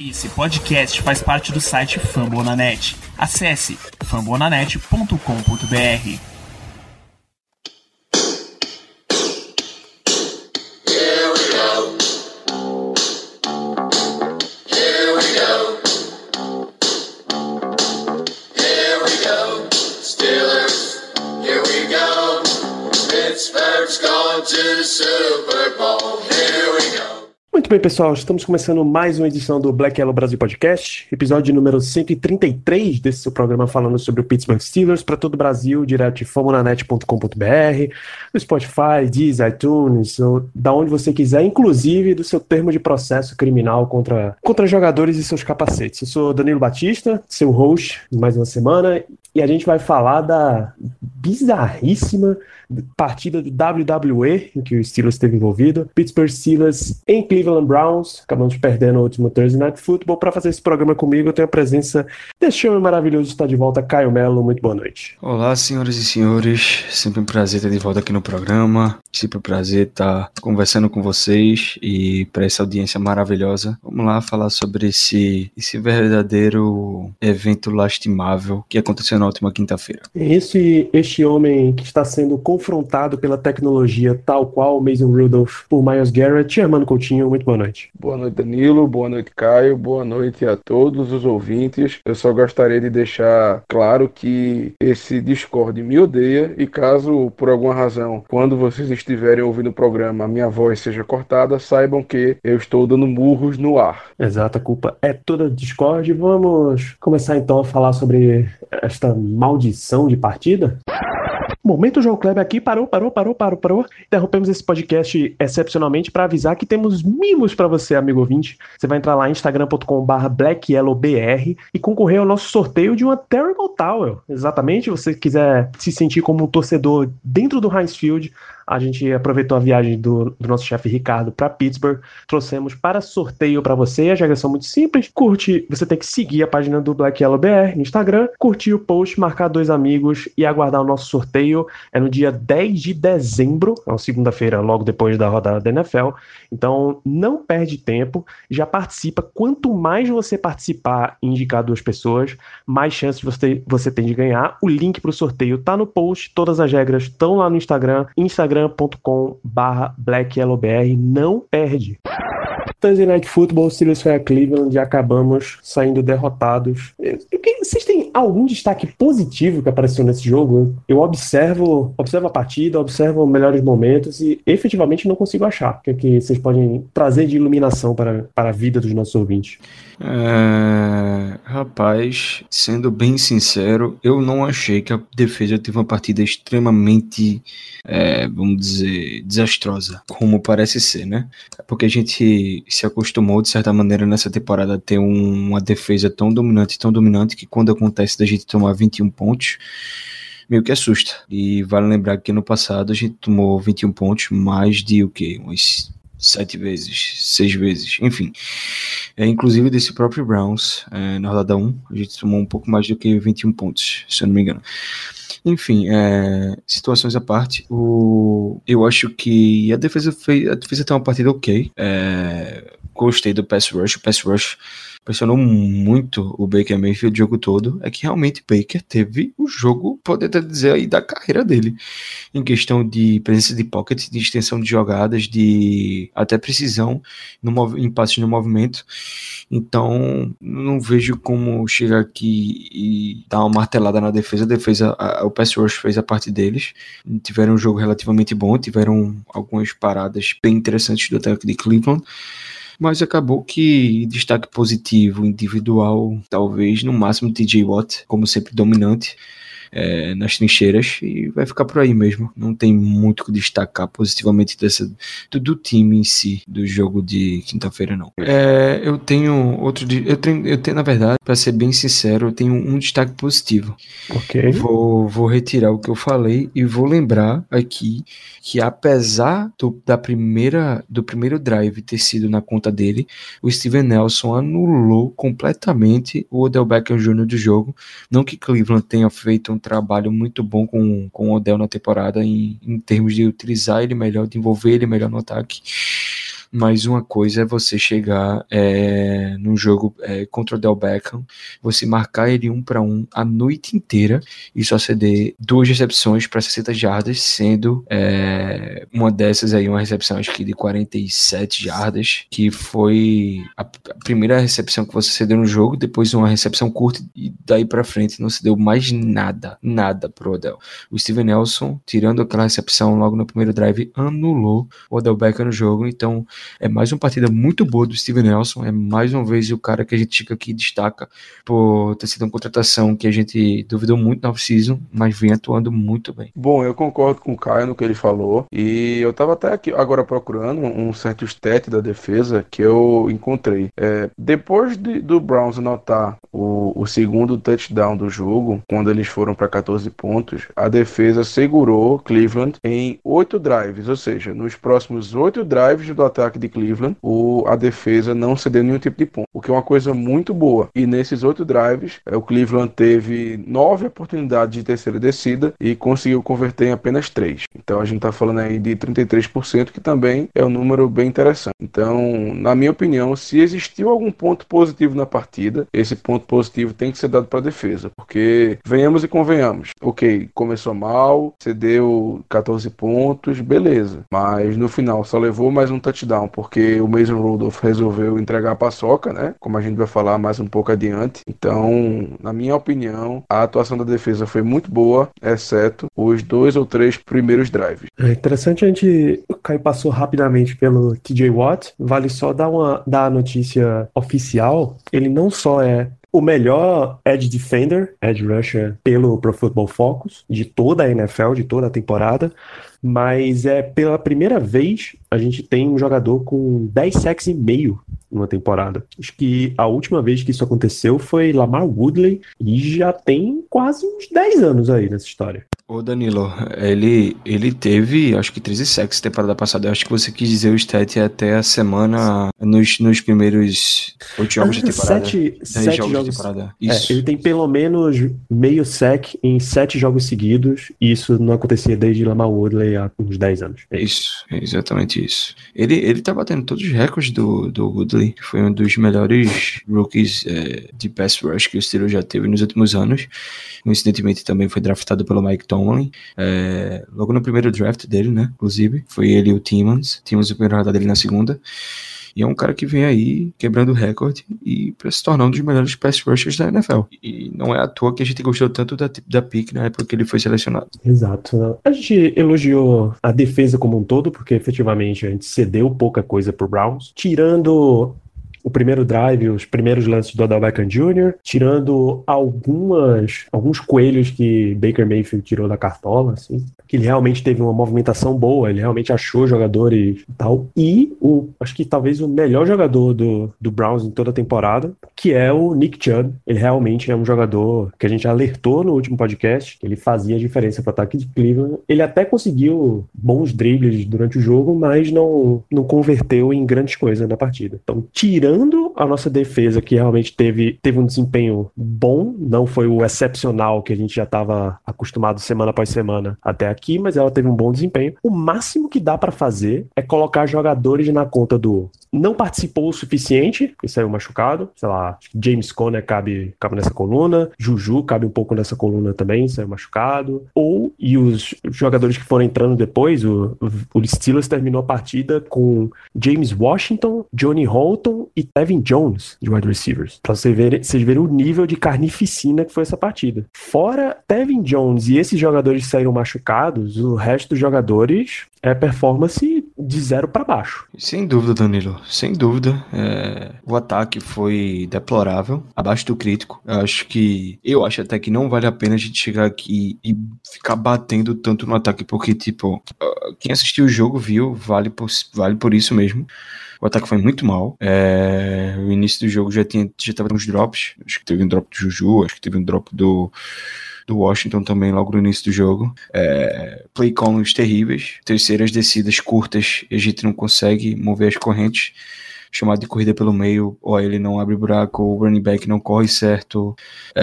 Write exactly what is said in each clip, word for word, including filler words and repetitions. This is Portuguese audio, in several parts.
Esse podcast faz parte do site Fambonanet. Acesse fambonanet ponto com ponto b r. Muito bem, pessoal, estamos começando mais uma edição do Black Yellow Brasil Podcast, episódio número cento e trinta e três desse seu programa falando sobre o Pittsburgh Steelers para todo o Brasil, direto de fambonanet ponto com ponto b r, no Spotify, Deezer, iTunes, ou da onde você quiser, inclusive do seu termo de processo criminal contra, contra jogadores e seus capacetes. Eu sou Danilo Batista, seu host de mais uma semana, e a gente vai falar da bizarríssima partida do W W E em que o Steelers esteve envolvido. Pittsburgh Steelers em Cleveland Browns. Acabamos perdendo o último Thursday Night Football. Para fazer esse programa comigo, eu tenho a presença desse homem maravilhoso que está de volta, Caio Melo. Muito boa noite. Olá, senhoras e senhores. Sempre um prazer estar de volta aqui no programa. Sempre um prazer estar conversando com vocês e para essa audiência maravilhosa. Vamos lá falar sobre esse, esse verdadeiro evento lastimável que aconteceu na última quinta-feira. Esse, este homem que está sendo confrontado pela tecnologia tal qual Mason Rudolph por Myles Garrett, Armando Coutinho, muito boa noite. Boa noite, Danilo, boa noite, Caio, boa noite a todos os ouvintes. Eu só gostaria de deixar claro que esse Discord me odeia e caso, por alguma razão, quando vocês estiverem ouvindo o programa, a minha voz seja cortada, saibam que eu estou dando murros no ar. Exato, a culpa é toda do Discord. Vamos começar então a falar sobre esta maldição de partida? Momento João Kleber aqui, parou, parou, parou, parou, parou. Interrompemos esse podcast excepcionalmente para avisar que temos mimos para você, amigo ouvinte. Você vai entrar lá em instagram ponto com barra black yellow b r e concorrer ao nosso sorteio de uma Terrible Towel. Exatamente, se você quiser se sentir como um torcedor dentro do Heinz Field, a gente aproveitou a viagem do, do nosso chefe Ricardo para Pittsburgh, trouxemos para sorteio para você. As regras são muito simples. Curte, você tem que seguir a página do Black Yellow B R no Instagram, curtir o post, marcar dois amigos e aguardar o nosso sorteio. É no dia dez de dezembro, é uma segunda-feira, logo depois da rodada da N F L. Então, não perde tempo, já participa. Quanto mais você participar e indicar duas pessoas, mais chances você, você tem de ganhar. O link para o sorteio está no post, todas as regras estão lá no Instagram, Instagram instagram ponto com barra black yellow b r. Não perde. Thursday Night Football, Steelers foi a Cleveland e acabamos saindo derrotados. Eu, eu, vocês têm algum destaque positivo que apareceu nesse jogo? Eu observo, observo a partida, observo melhores momentos e efetivamente não consigo achar. O que é que vocês podem trazer de iluminação para, para a vida dos nossos ouvintes? É, rapaz, sendo bem sincero, eu não achei que a defesa teve uma partida extremamente, é, vamos dizer, desastrosa, como parece ser, né? Porque a gente se acostumou, de certa maneira, nessa temporada a ter um, uma defesa tão dominante, tão dominante, que quando acontece da gente tomar vinte e um pontos, meio que assusta. E vale lembrar que no passado a gente tomou vinte e um pontos mais de o quê? Uns sete vezes, seis vezes, enfim. É, inclusive desse próprio Browns, é, na rodada um, a gente tomou um pouco mais do que vinte e um pontos, se eu não me engano. Enfim, é, situações à parte, o, eu acho que a defesa fez, a defesa tem uma partida ok. É, gostei do pass rush, o pass rush pressionou muito o Baker Mayfield o jogo todo. É que realmente Baker teve o jogo, pode até dizer aí, da carreira dele, em questão de presença de pocket, de extensão de jogadas, de até precisão no, em passes no movimento. Então não vejo como chegar aqui e dar uma martelada na defesa. A defesa, a, o pass rush fez a parte deles, tiveram um jogo relativamente bom, tiveram algumas paradas bem interessantes do ataque de Cleveland. Mas acabou que destaque positivo individual, talvez no máximo T J Watt, como sempre dominante é, nas trincheiras, e vai ficar por aí mesmo. Não tem muito o que destacar positivamente dessa, do, do time em si, do jogo de quinta-feira, não. É, eu tenho outro, eu tenho, eu tenho, na verdade, para ser bem sincero, eu tenho um destaque positivo. Ok. Vou, vou retirar o que eu falei e vou lembrar aqui que apesar do, da primeira, do primeiro drive ter sido na conta dele, o Steven Nelson anulou completamente o Odell Beckham Júnior do jogo. Não que Cleveland tenha feito um trabalho muito bom com, com o Odell na temporada em, em termos de utilizar ele melhor, de envolver ele melhor no ataque, mas uma coisa é você chegar é, num jogo é, contra o Del Beckham, você marcar ele um para um a noite inteira e só ceder duas recepções para sessenta jardas, sendo é, uma dessas aí uma recepção acho que de quarenta e sete jardas, que foi a, a primeira recepção que você cedeu no jogo, depois uma recepção curta e daí para frente não se deu mais nada, nada pro Odell. O Steven Nelson, tirando aquela recepção logo no primeiro drive, anulou o Odell Beckham no jogo, então é mais uma partida muito boa do Steven Nelson, é mais uma vez o cara que a gente fica aqui e destaca por ter sido uma contratação que a gente duvidou muito na off-season, mas vem atuando muito bem. Bom, eu concordo com o Caio no que ele falou, e eu tava até aqui agora procurando um certo stat da defesa que eu encontrei. É, depois de, do Browns anotar o, o segundo touchdown do jogo, quando eles foram para catorze pontos, a defesa segurou Cleveland em oito drives, ou seja, nos próximos oito drives do ataque de Cleveland, o, a defesa não cedeu nenhum tipo de ponto, o que é uma coisa muito boa. E nesses oito drives, é, o Cleveland teve nove oportunidades de terceira descida e conseguiu converter em apenas três. Então a gente está falando aí de trinta e três por cento, que também é um número bem interessante. Então, na minha opinião, se existiu algum ponto positivo na partida, esse ponto positivo tem que ser dado para a defesa, porque venhamos e convenhamos, ok, começou mal, cedeu catorze pontos, beleza, mas no final só levou mais um touchdown, porque o Mason Rudolph resolveu entregar a paçoca, né, como a gente vai falar mais um pouco adiante. Então, na minha opinião, a atuação da defesa foi muito boa, exceto os dois ou três primeiros drives. É interessante, a gente, o Caio passou rapidamente pelo T J Watt, vale só dar, uma, dar a notícia oficial, ele não só é o melhor edge defender, edge rusher pelo Pro Football Focus, de toda a N F L, de toda a temporada, mas é pela primeira vez a gente tem um jogador com dez sacks e meio numa temporada. Acho que a última vez que isso aconteceu foi Lamar Woodley, e já tem quase uns dez anos aí nessa história. Ô Danilo, ele, ele teve, acho que treze sacks temporada passada. Eu acho que você quis dizer o stat até a semana, nos, nos primeiros oito jogos de temporada. Sete, sete jogos, jogos de temporada. Isso. É, ele tem pelo menos meio sack em sete jogos seguidos, e isso não acontecia desde Lamar Woodley há uns dez anos. É isso, é exatamente isso. Ele, ele tá batendo todos os recordes do, do Woodley, que foi um dos melhores rookies é, de pass rush que o Steelers já teve nos últimos anos. Coincidentemente também foi draftado pelo Mike Tomlin, é, logo no primeiro draft dele, né, inclusive, foi ele e o Timmons, Timmons a primeira rodada dele na segunda, e é um cara que vem aí quebrando o recorde e para se tornar um dos melhores pass rushers da N F L, e não é à toa que a gente gostou tanto da, da pick na época que ele foi selecionado. Exato, a gente elogiou a defesa como um todo, porque efetivamente a gente cedeu pouca coisa pro Browns, tirando o primeiro drive, os primeiros lances do Odell Beckham Júnior, tirando algumas, alguns coelhos que Baker Mayfield tirou da cartola, assim, que ele realmente teve uma movimentação boa, ele realmente achou jogadores e tal, e o, acho que talvez o melhor jogador do, do Browns em toda a temporada, que é o Nick Chubb. Ele realmente é um jogador que a gente alertou no último podcast, que ele fazia diferença para o ataque de Cleveland. Ele até conseguiu bons dribles durante o jogo, mas não, não converteu em grandes coisas na partida. Então, tirando a nossa defesa, que realmente teve, teve um desempenho bom, não foi o excepcional que a gente já estava acostumado semana após semana até aqui, mas ela teve um bom desempenho. O máximo que dá para fazer é colocar jogadores na conta do não participou o suficiente, porque saiu machucado, sei lá, James Conner cabe, cabe nessa coluna, Juju cabe um pouco nessa coluna também, saiu machucado, ou, e os jogadores que foram entrando depois, o, o Steelers terminou a partida com James Washington, Johnny Holton e Tevin Jones de wide receivers, pra vocês verem, vocês verem o nível de carnificina que foi essa partida. Fora Tevin Jones e esses jogadores que saíram machucados, o resto dos jogadores é performance de zero para baixo. Sem dúvida, Danilo, sem dúvida. É, o ataque foi deplorável, abaixo do crítico. Eu acho que, eu acho até que não vale a pena a gente chegar aqui e ficar batendo tanto no ataque, porque, tipo, quem assistiu o jogo viu, vale por, vale por isso mesmo. O ataque foi muito mal. É, o início do jogo já tinha já tava uns drops. Acho que teve um drop do Juju, acho que teve um drop do do Washington também logo no início do jogo. É, play calls terríveis, terceiras descidas curtas, a gente não consegue mover as correntes. chamado de corrida pelo meio, ou ele não abre buraco, o running back não corre certo,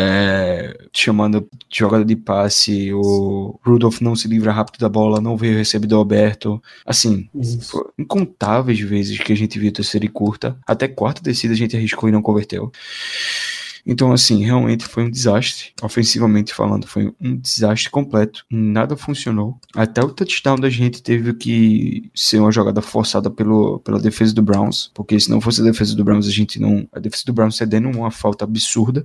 é, chamando de jogada de passe, o Rudolph não se livra rápido da bola, não vê o recebedor aberto. Assim, Isso. incontáveis vezes que a gente viu terceira e curta, até quarta descida a gente arriscou e não converteu. Então, assim, realmente foi um desastre. Ofensivamente falando, foi um desastre completo. Nada funcionou. Até o touchdown da gente teve que ser uma jogada forçada pelo, pela defesa do Browns, porque se não fosse a defesa do Browns, a gente não... A defesa do Browns cedendo uma falta absurda,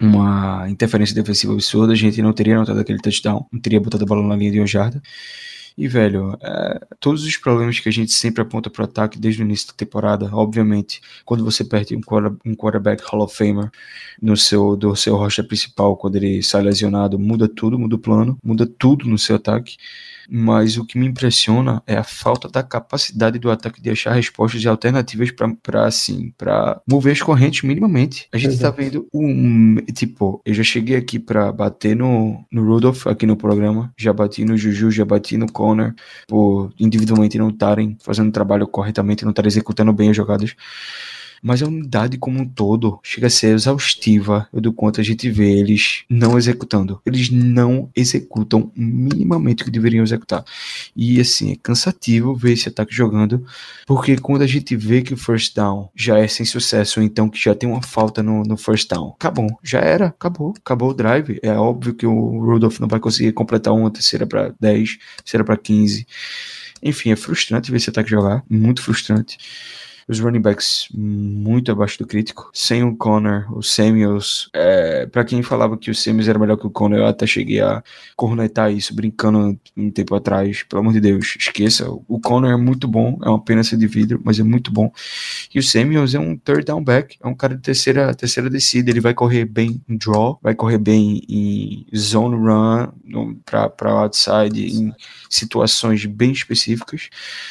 uma interferência defensiva absurda, a gente não teria anotado aquele touchdown, não teria botado a bola na linha de uma jarda. E, velho, é, todos os problemas que a gente sempre aponta pro ataque desde o início da temporada, obviamente, quando você perde um, quarter, um quarterback Hall of Famer no seu, do seu roster principal, quando ele sai lesionado, muda tudo, muda o plano, muda tudo no seu ataque. Mas o que me impressiona é a falta da capacidade do ataque de achar respostas e alternativas para assim, para mover as correntes minimamente. A gente Exato. Tá vendo um, tipo, eu já cheguei aqui para bater no, no Rudolph aqui no programa, já bati no Juju, já bati no Connor, por individualmente não estarem fazendo o trabalho corretamente, não estarem executando bem as jogadas. Mas a unidade como um todo chega a ser exaustiva do quanto a gente vê eles não executando. Eles não executam minimamente o que deveriam executar. E assim, é cansativo ver esse ataque jogando, porque quando a gente vê que o first down já é sem sucesso, então que já tem uma falta no, no first down, acabou, já era, acabou, acabou o drive. É óbvio que o Rudolph não vai conseguir completar uma terceira para dez, terceira para quinze. Enfim, é frustrante ver esse ataque jogar, muito frustrante. Os running backs muito abaixo do crítico. Sem o Connor, o Samuels. É, pra quem falava que o Samuels era melhor que o Connor, eu até cheguei a cornetar isso, brincando um tempo atrás. Pelo amor de Deus, esqueça. O Connor é muito bom, é uma pena ser de vidro, mas é muito bom. E o Samuels é um third down back, é um cara de terceira, terceira descida. Ele vai correr bem em draw, vai correr bem em zone run, no, pra, pra outside, em situações bem específicas.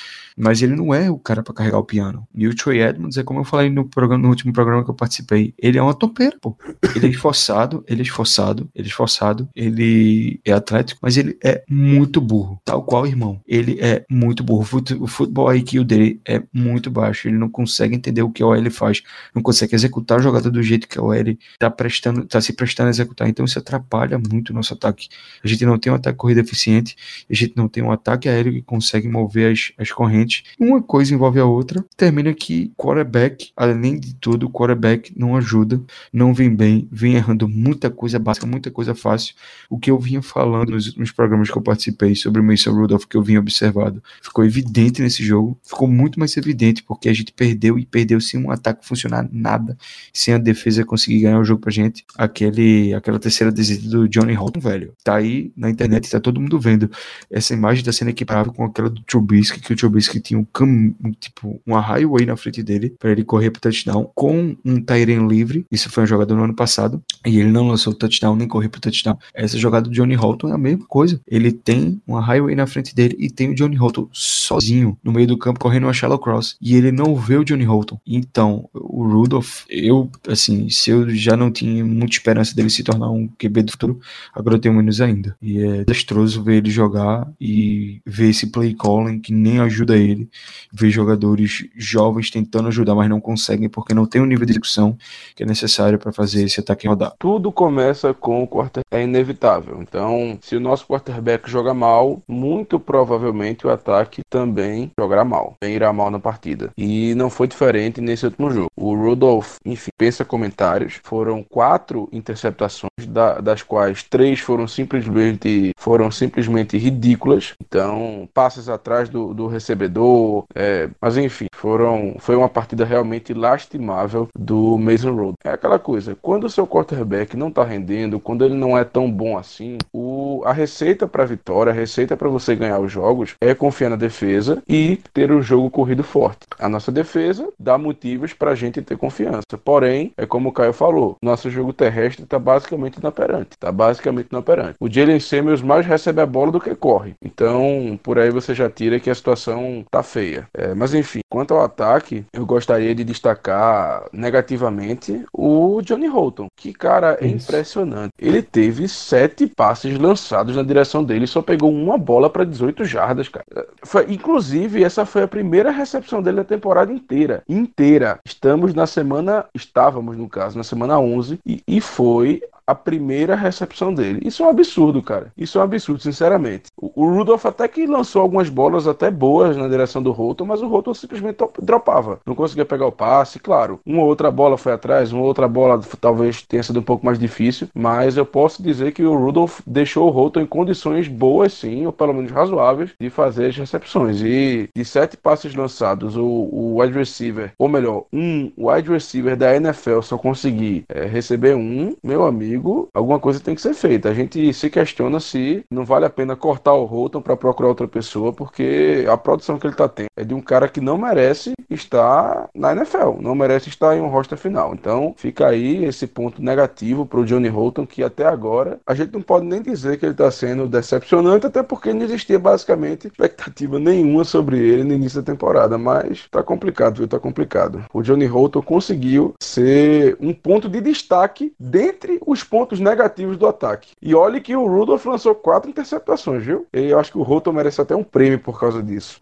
Mas ele não é o cara pra carregar o piano. E o Trey Edmonds é como eu falei no, programa, no último programa que eu participei. Ele é uma topeira, pô. Ele é esforçado, ele é esforçado, ele é esforçado, ele é atlético, mas ele é muito burro. Tal qual, irmão. Ele é muito burro. O futebol I Q dele é muito baixo. Ele não consegue entender o que a O L faz. Não consegue executar a jogada do jeito que a O L tá, prestando, tá se prestando a executar. Então isso atrapalha muito o nosso ataque. A gente não tem um ataque corrida eficiente. A gente não tem um ataque aéreo que consegue mover as, as correntes. Uma coisa envolve a outra, termina que quarterback, além de tudo, o quarterback não ajuda, não vem bem, vem errando muita coisa básica, muita coisa fácil. O que eu vinha falando nos últimos programas que eu participei sobre o Mason Rudolph, que eu vinha observado, ficou evidente nesse jogo, ficou muito mais evidente, porque a gente perdeu e perdeu sem um ataque funcionar nada, sem a defesa conseguir ganhar o jogo pra gente. Aquele, aquela terceira descida do Johnny Holton, velho, tá aí na internet, tá todo mundo vendo. Essa imagem tá sendo equiparável com aquela do Trubisky, que o Trubisky tinha um, cam... um tipo uma highway na frente dele para ele correr pro touchdown com um Tyren livre. Isso foi uma jogada no ano passado e ele não lançou o touchdown nem correu pro touchdown. Essa jogada do Johnny Holton é a mesma coisa. Ele tem uma highway na frente dele e tem o Johnny Holton sozinho no meio do campo correndo uma shallow cross e ele não vê o Johnny Holton. Então o Rudolph, eu assim, se eu já não tinha muita esperança dele se tornar um Q B do futuro, agora eu tenho menos ainda. E é desastroso ver ele jogar e ver esse play calling que nem ajuda ele. Ver jogadores jovens tentando ajudar, mas não conseguem porque não tem o nível de execução que é necessário para fazer esse ataque rodar. Tudo começa com o quarterback, é inevitável. Então, se o nosso quarterback joga mal, muito provavelmente o ataque também jogará mal, bem irá mal na partida. E não foi diferente nesse último jogo. O Rudolph, enfim, pensa comentários, foram quatro interceptações, da, das quais três foram simplesmente foram simplesmente ridículas. Então, passes atrás do, do recebedor. É, mas enfim, foram, foi uma partida realmente lastimável do Mason Rudolph. É aquela coisa, quando o seu quarterback não tá rendendo, quando ele não é tão bom assim, o, a receita para vitória, a receita para você ganhar os jogos é confiar na defesa e ter o jogo corrido forte. A nossa defesa dá motivos pra gente ter confiança. Porém, é como o Caio falou, nosso jogo terrestre tá basicamente inoperante. Tá basicamente inoperante. O Jalen Samuels mais recebe a bola do que corre. Então, por aí você já tira que a situação situação tá feia. É, mas enfim, quanto ao ataque, eu gostaria de destacar negativamente o Johnny Holton, que, cara, é Isso. impressionante. Ele teve sete passes lançados na direção dele e só pegou uma bola para dezoito jardas, cara. Foi, inclusive, essa foi a primeira recepção dele na temporada inteira. Inteira. Estamos na semana... Estávamos, no caso, na semana onze e, e foi a primeira recepção dele. Isso é um absurdo, cara. Isso é um absurdo, sinceramente. O, o Rudolph até que lançou algumas bolas até boas na direção do Holton, mas o Holton simplesmente dropava. Não conseguia pegar o passe, claro. Uma outra bola foi atrás, uma outra bola talvez tenha sido um pouco mais difícil, mas eu posso dizer que o Rudolph deixou o Holton em condições boas, sim, ou pelo menos razoáveis, de fazer as recepções. E de sete passes lançados, o, o wide receiver, ou melhor, um wide receiver da N F L só conseguir é, receber um, meu amigo, alguma coisa tem que ser feita. A gente se questiona se não vale a pena cortar o Holton para procurar outra pessoa, porque a produção que ele tá tendo é de um cara que não merece estar na N F L, não merece estar em um roster final. Então fica aí esse ponto negativo pro Johnny Holton, que até agora a gente não pode nem dizer que ele tá sendo decepcionante, até porque não existia basicamente expectativa nenhuma sobre ele no início da temporada, mas tá complicado, viu? Tá complicado. O Johnny Holton conseguiu ser um ponto de destaque dentre os pontos negativos do ataque. E olhe que o Rudolph lançou quatro interceptações, viu? E eu acho que o Holton merece até um prêmio por causa disso.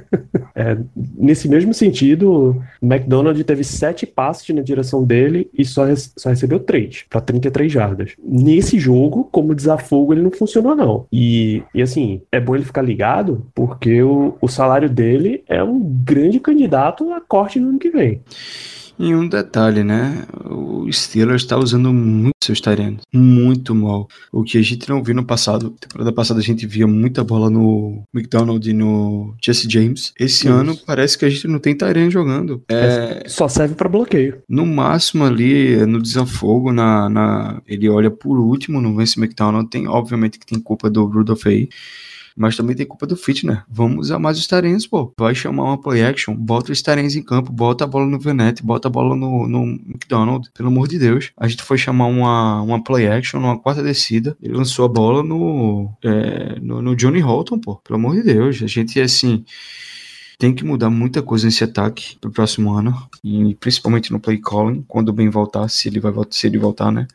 É, nesse mesmo sentido, o McDonald teve sete passes na direção dele e só, res- só recebeu três, para trinta e três jardas. Nesse jogo, como desafogo, ele não funcionou, não. E, e assim, é bom ele ficar ligado, porque o, o salário dele é um grande candidato a corte no ano que vem. E um detalhe, né? O Steelers está usando muito seus tight ends. Muito mal. O que a gente não viu no passado. Temporada passada a gente via muita bola no McDonald e no Jesse James. Esse Isso. ano parece que a gente não tem tight end jogando. É, Só serve para bloqueio. no máximo ali, no desafogo, na, na, ele olha por último no Vance McDonald. Tem, obviamente que tem culpa do Rudolph aí. Mas também tem culpa do Fitner. Vamos usar mais os tarens, pô. Vai chamar uma play action, bota os tarens em campo, bota a bola no Venete, bota a bola no, no McDonald. Pelo amor de Deus. A gente foi chamar uma, uma play action numa quarta descida. Ele lançou a bola no, é, no, no Johnny Holton, pô. Pelo amor de Deus. A gente, assim, tem que mudar muita coisa nesse ataque pro próximo ano. E principalmente no play calling, quando o Ben voltar, se ele vai voltar, se ele voltar, né?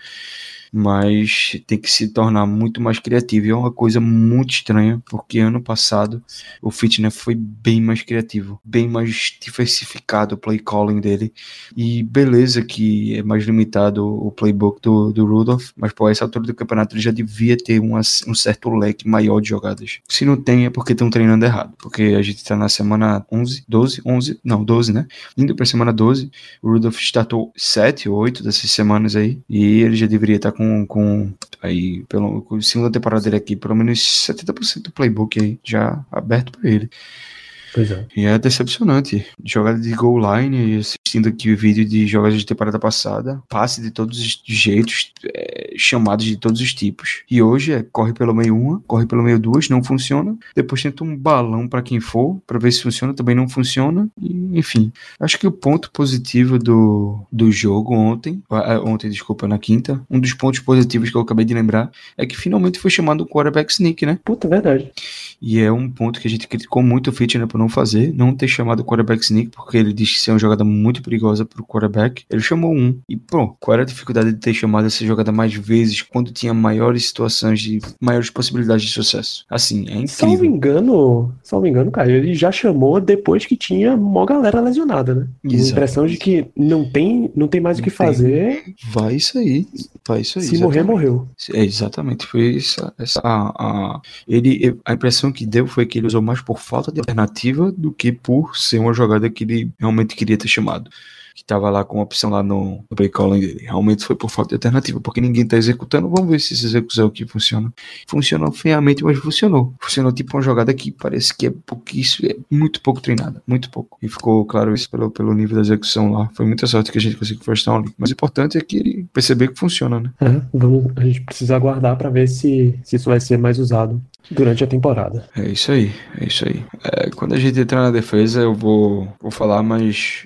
Mas tem que se tornar muito mais criativo. E é uma coisa muito estranha, porque ano passado o Fitner foi bem mais criativo, bem mais diversificado o play calling dele. E beleza que é mais limitado o playbook do, do Rudolph, mas por essa altura do campeonato ele já devia ter uma, um certo leque maior de jogadas. Se não tem é porque estão treinando errado, porque a gente está na semana onze, doze, onze, não, doze, né? Indo para a semana doze, o Rudolph startou sete ou oito dessas semanas aí, e ele já deveria estar com, com aí, pelo com a segunda temporada dele aqui, pelo menos setenta por cento do playbook aí já aberto para ele. Pois é. E é decepcionante. Jogada de goal line, assistindo aqui o vídeo de jogadas de temporada passada, passe de todos os jeitos, é, chamados de todos os tipos. E hoje é corre pelo meio uma, corre pelo meio duas, não funciona. Depois tenta um balão pra quem for, pra ver se funciona, também não funciona. E, enfim, acho que o ponto positivo do, do jogo ontem, ontem, desculpa, na quinta, um dos pontos positivos que eu acabei de lembrar é que finalmente foi chamado o quarterback sneak, né? Puta, verdade. E é um ponto que a gente criticou muito o Fitner por não fazer, não ter chamado o quarterback sneak, porque ele disse que é uma jogada muito perigosa pro quarterback. Ele chamou um. E, pô, qual era a dificuldade de ter chamado essa jogada mais vezes quando tinha maiores situações de maiores possibilidades de sucesso? Assim, é incrível. Salvo engano, salvo engano, cara, ele já chamou depois que tinha mó galera lesionada, né? Com a impressão de que não tem, não tem mais o que fazer. Vai isso aí. Vai isso aí. Se morrer, morreu. É, exatamente. Foi essa. essa a, a, ele, a impressão que deu foi que ele usou mais por falta de alternativa do que por ser uma jogada que ele realmente queria ter chamado. Que estava lá com a opção lá no, no play calling dele. Realmente foi por falta de alternativa, porque ninguém está executando. Vamos ver se essa execução aqui funciona. Funcionou feiamente, mas funcionou. Funcionou tipo uma jogada que parece que é pouquíssimo, é muito pouco treinada, muito pouco. E ficou claro isso pelo, pelo nível da execução lá. Foi muita sorte que a gente conseguiu first down ali. Mas o importante é que ele perceber que funciona, né? É, vamos, a gente precisa aguardar para ver se, se isso vai ser mais usado durante a temporada. É isso aí, é isso aí. É, quando a gente entrar na defesa, eu vou, vou falar, mas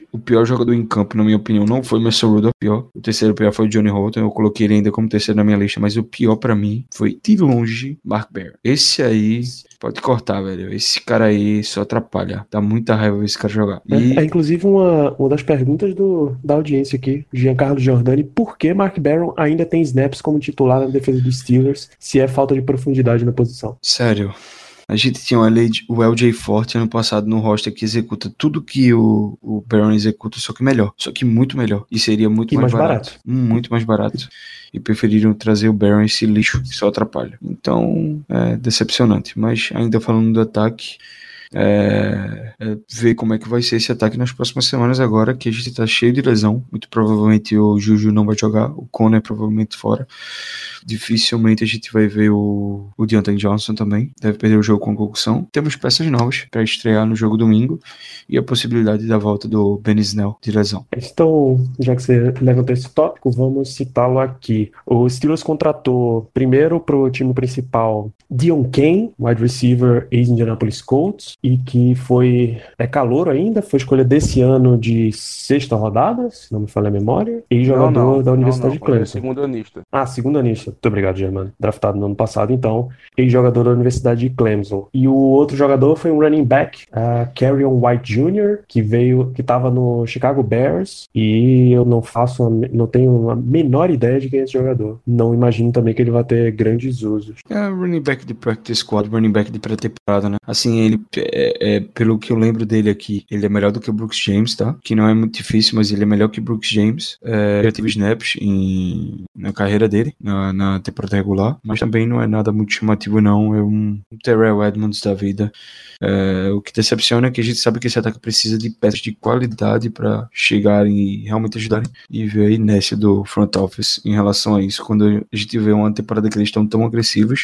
o pior jogador em campo, na minha opinião, não foi o Mason Rudolph, pior. O terceiro pior foi o Johnny Holton, eu coloquei ele ainda como terceiro na minha lista, mas o pior pra mim foi, de longe, Mark Barron. Esse aí, pode cortar, velho. Esse cara aí só atrapalha. Dá muita raiva ver esse cara jogar. E... É, é inclusive uma, uma das perguntas do, da audiência aqui, Giancarlo Giordani, por que Mark Barron ainda tem snaps como titular na defesa dos Steelers, se é falta de profundidade na posição? Sério. A gente tinha o L J Forte ano passado no roster que executa tudo que o, o Barron executa, só que melhor. Só que muito melhor. E seria muito e mais, mais barato. barato. Muito mais barato. E preferiram trazer o Barron, esse lixo que só atrapalha. Então, é decepcionante. Mas ainda falando do ataque... É, é, ver como é que vai ser esse ataque nas próximas semanas agora que a gente tá cheio de lesão. Muito provavelmente o Juju não vai jogar, o Conner provavelmente fora, dificilmente a gente vai ver o, o Deontay Johnson também, deve perder o jogo com concussão. Temos peças novas para estrear no jogo domingo e a possibilidade da volta do Benny Snell de lesão. Então, já que você levantou esse tópico, vamos citá-lo aqui. O Steelers contratou primeiro pro time principal Dion Kane, wide receiver ex-Indianapolis Colts, e que foi, é calouro ainda, foi escolha desse ano de sexta rodada, se não me falha a memória, e jogador não, não, da Universidade não, não, de Clemson. É segundo anista. Ah, segundo anista. Muito obrigado, Germano. Draftado no ano passado, então, ex-jogador da Universidade de Clemson. E o outro jogador foi um running back, uh, Kerryon White Júnior, que veio, que estava no Chicago Bears, e eu não faço, a, não tenho a menor ideia de quem é esse jogador. Não imagino também que ele vai ter grandes usos. É running back de practice squad, running back de pré-temporada, né? Assim, ele, é, é, pelo que eu lembro dele aqui, ele é melhor do que o Brooks James, tá? Que não é muito difícil, mas ele é melhor que o Brooks James. É, já teve snaps em, na carreira dele, na, na temporada regular, mas também não é nada muito chamativo, não. É um, um Terrell Edmonds da vida. É, o que decepciona é que a gente sabe que esse ataque precisa de peças de qualidade para chegarem e realmente ajudarem. E ver a inércia do front office em relação a isso, quando a gente vê uma temporada que eles estão tão agressivos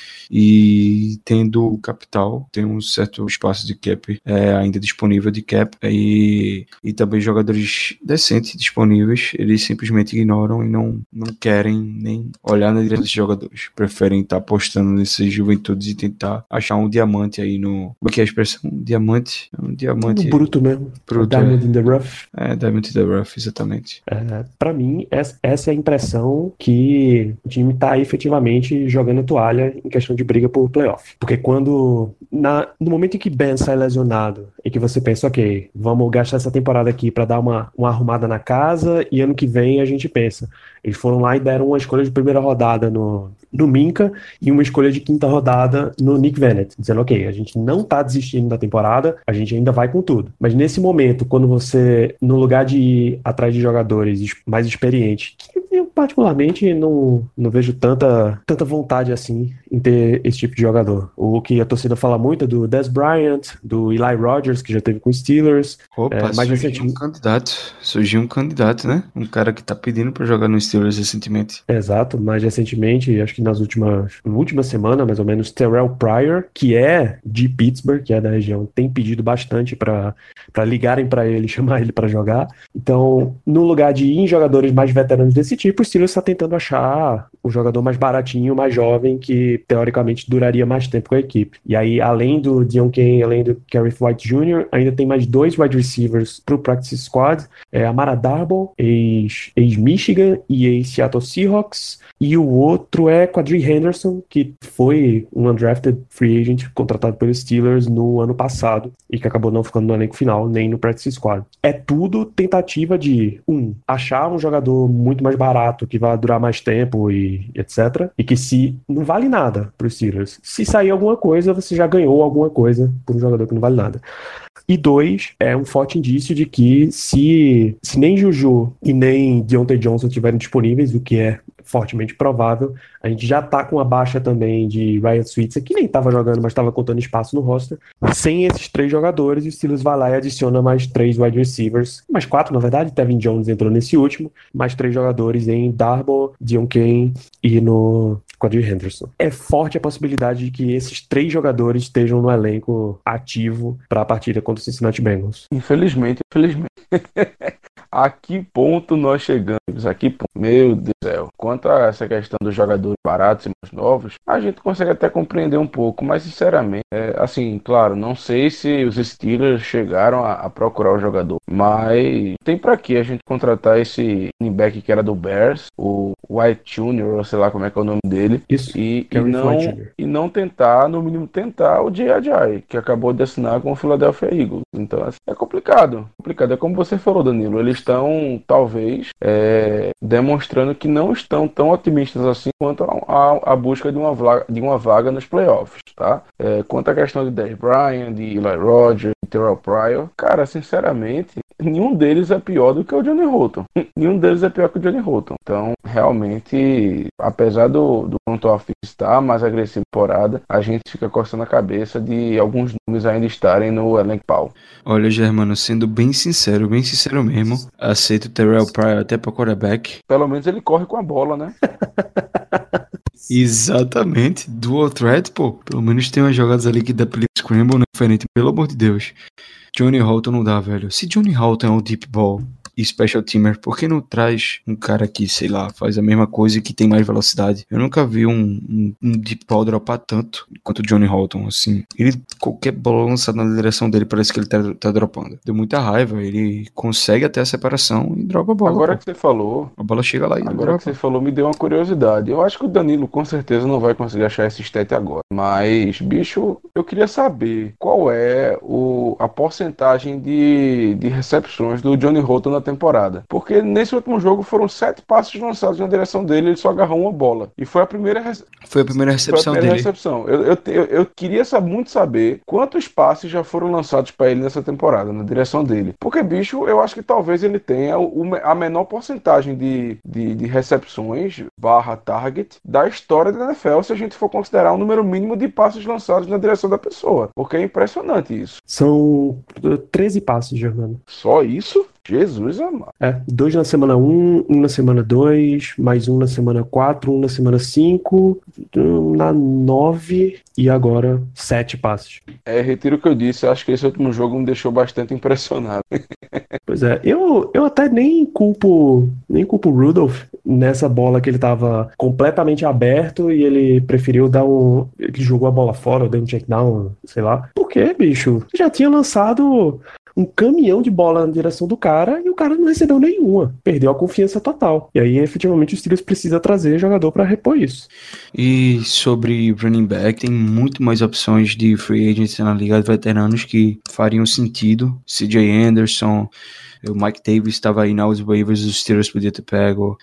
e tendo capital, tem um certo espaço de cap é, ainda disponível de cap e, e também jogadores decentes disponíveis, eles simplesmente ignoram e não, não querem nem olhar na direção desses jogadores, preferem estar apostando nessas juventudes e tentar achar um diamante aí no... O que é a expressão? Um diamante? Um diamante... No bruto mesmo. Bruto, Diamond é. in the rough. É, Diamond in the rough, exatamente. É, pra mim, essa, essa é a impressão que o time tá efetivamente jogando a toalha em questão de briga por playoff. Porque quando, na, no momento em que Ben sai lesionado e que você pensa, ok, vamos gastar essa temporada aqui pra dar uma, uma arrumada na casa e ano que vem a gente pensa. Eles foram lá e deram uma escolha de primeira rodada no, no Minka e uma escolha de quinta rodada no Nick Vannett, dizendo, ok, a gente não tá desistindo da temporada, a gente ainda vai com tudo. Mas nesse momento, quando você, no lugar de ir atrás de jogadores mais experientes, que eu particularmente não, não vejo tanta, tanta vontade assim em ter esse tipo de jogador. O que a torcida fala muito é do Dez Bryant, do Eli Rogers, que já teve com os Steelers. Opa, é, mais surgiu recentemente... um candidato. Surgiu um candidato, né? Um cara que tá pedindo pra jogar no Steelers recentemente. Exato, mais recentemente, acho que nas últimas, na última semana, mais ou menos, Terrell Pryor, que é de Pittsburgh, que é da região, tem pedido bastante pra, pra ligarem pra ele, chamar ele pra jogar. Então, no lugar de ir em jogadores mais veteranos desse tipo, o Steelers está tentando achar o jogador mais baratinho, mais jovem, que teoricamente duraria mais tempo com a equipe. E aí, além do Dion Kane, além do Kerrith White Júnior, ainda tem mais dois wide receivers pro practice squad, é Amara Darboh, ex, ex-Michigan e ex-Seattle Seahawks, e o outro é Quadri Henderson, que foi um undrafted free agent contratado pelos Steelers no ano passado e que acabou não ficando no elenco final, nem no practice squad. É tudo tentativa de, um, achar um jogador muito mais barato, que vai durar mais tempo e etcétera. E que se não vale nada para os Steelers. Se sair alguma coisa, você já ganhou alguma coisa por um jogador que não vale nada. E dois, é um forte indício de que se, se nem Juju e nem Deontay Johnson estiverem disponíveis, o que é fortemente provável, a gente já tá com a baixa também de Ryan Switzer, que nem tava jogando, mas tava contando espaço no roster. Sem esses três jogadores, o Steelers vai lá e adiciona mais três wide receivers, mais quatro, na verdade, Tevin Jones entrou nesse último, mais três jogadores em Darboh, Dion Kane e no Quadri Henderson. É forte a possibilidade de que esses três jogadores estejam no elenco ativo para a partida contra o Cincinnati Bengals. Infelizmente, infelizmente. a que ponto nós chegamos? A que ponto? Meu Deus do céu. Quanto a essa questão dos jogadores baratos e mais novos, a gente consegue até compreender um pouco, mas sinceramente, é, assim, claro, não sei se os Steelers chegaram a, a procurar o jogador, mas tem pra que a gente contratar esse running back que era do Bears, o White Júnior, ou sei lá como é que é o nome dele, Isso, e, e, Kerry não, White Júnior e não tentar, no mínimo tentar o J J, que acabou de assinar com o Philadelphia Eagles. Então assim, é complicado, complicado. É como você falou, Danilo, eles estão talvez é, demonstrando que não estão tão otimistas assim quanto a, a, a busca de uma, vaga, de uma vaga nos playoffs, tá? É, quanto à questão de Dez Bryant, de Eli Rogers, de Terrell Pryor, cara, sinceramente, nenhum deles é pior do que o Johnny Holton. Nenhum deles é pior que o Johnny Holton. Então, realmente, apesar do, do front office estar mais agressivo na temporada, a gente fica coçando a cabeça de alguns nomes ainda estarem no elenco pau. Olha, Germano, sendo bem sincero, bem sincero mesmo, aceito o Terrell Pryor até para quarterback. Pelo menos ele corre com a bola, né? Exatamente, dual threat, pô. Pelo menos tem umas jogadas ali que dá pra ele scramble, né? Diferente, pelo amor de Deus. Johnny Holton não dá, velho. Se Johnny Holton é um deep ball e special teamer, por que não traz um cara que, sei lá, faz a mesma coisa e que tem mais velocidade? Eu nunca vi um, um, um deep ball dropar tanto quanto o Johnny Holton, assim. Ele, qualquer bola lançada na direção dele, parece que ele tá, tá dropando. Deu muita raiva, ele consegue até a separação e dropa a bola. Agora pô. que você falou, A bola chega lá e agora dropa. que você falou, me deu uma curiosidade. Eu acho que o Danilo com certeza não vai conseguir achar esse stat agora. Mas, bicho, eu queria saber qual é o, a porcentagem de, de recepções do Johnny Holton na temporada. Porque nesse último jogo foram sete passes lançados na direção dele, ele só agarrou uma bola. E foi a primeira, rece... Foi a primeira recepção foi a primeira dele. recepção. Eu, eu, eu, eu queria muito saber quantos passes já foram lançados para ele nessa temporada, na direção dele. Porque, bicho, eu acho que talvez ele tenha o, a menor porcentagem de, de, de recepções barra target da história da N F L, se a gente for considerar o número mínimo de passes lançados na direção da pessoa. Porque é impressionante isso. São treze passes, Germano. Só isso? Jesus amado. É, dois na semana um, um na semana dois, mais um na semana quatro, um na semana cinco, um na nove e agora sete passes. É, retiro o que eu disse, acho que esse último jogo me deixou bastante impressionado. Pois é, eu, eu até nem culpo, nem culpo o Rudolph nessa bola que ele tava completamente aberto e ele preferiu dar um... Ele jogou a bola fora, deu um check down, sei lá. Por quê, bicho? Já tinha lançado um caminhão de bola na direção do cara e o cara não recebeu nenhuma. Perdeu a confiança total. E aí, efetivamente, o Steelers precisa trazer jogador para repor isso. E sobre running back, tem muito mais opções de free agents na liga de veteranos que fariam sentido. C J Anderson, o Mike Davis estava aí nos waivers, os Steelers podiam ter pego.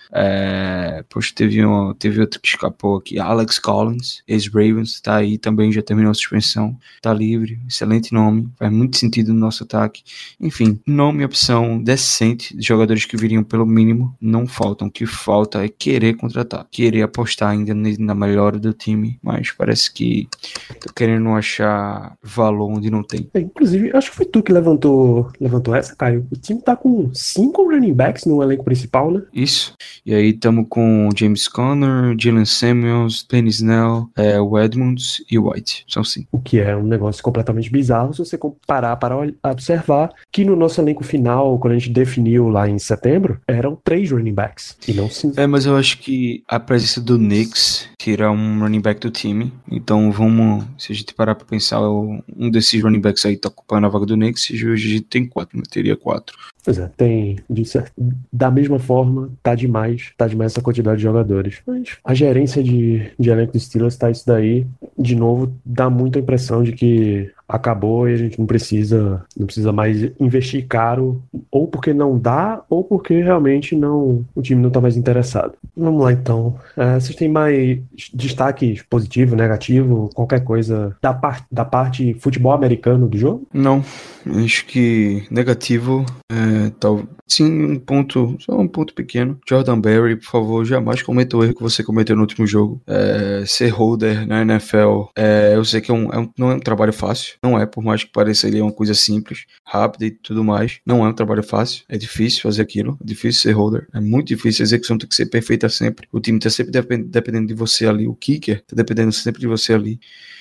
É, poxa, teve, um, teve outro que escapou aqui, Alex Collins, ex-Ravens, tá aí também, já terminou a suspensão, tá livre, excelente nome, faz muito sentido no nosso ataque. Enfim, nome e opção decente de jogadores que viriam pelo mínimo não faltam. O que falta é querer contratar, querer apostar ainda na melhora do time, mas parece que tô querendo achar valor onde não tem. É, inclusive, acho que foi tu que levantou, levantou essa, Caio. O time tá com cinco running backs no elenco principal, né? Isso. E aí estamos com James Conner, Jalen Samuels, Penny Snell, é, o Edmonds e o White. São cinco. O que é um negócio completamente bizarro se você comparar para observar que no nosso elenco final, quando a gente definiu lá em setembro, eram três running backs e não cinco. É, mas eu acho que a presença do Knicks tira um running back do time. Então vamos, se a gente parar para pensar, um desses running backs aí tá ocupando a vaga do Knicks e hoje a gente tem quatro, né? Teria quatro. Pois é, tem, de certo, da mesma forma, tá demais, tá demais essa quantidade de jogadores. Mas a gerência de, de elenco dos Steelers tá isso daí, de novo, dá muita impressão de que acabou e a gente não precisa, não precisa mais investir caro, ou porque não dá, ou porque realmente não, o time não tá mais interessado. Vamos lá então. É, vocês têm mais destaque positivo, negativo, qualquer coisa da, par, da parte futebol americano do jogo? Não, acho que negativo é, tal, sim, um ponto, só um ponto pequeno. Jordan Berry, por favor, jamais cometa o erro que você cometeu no último jogo. É, ser holder na N F L, é, eu sei que é um, é um, não é um trabalho fácil, não é, por mais que pareça ele é uma coisa simples, rápida e tudo mais, não é um trabalho fácil, é difícil fazer aquilo, é difícil ser holder, é muito difícil, a execução tem que ser perfeita sempre, o time tá sempre depend, dependendo de você ali, o kicker tá dependendo sempre de você ali.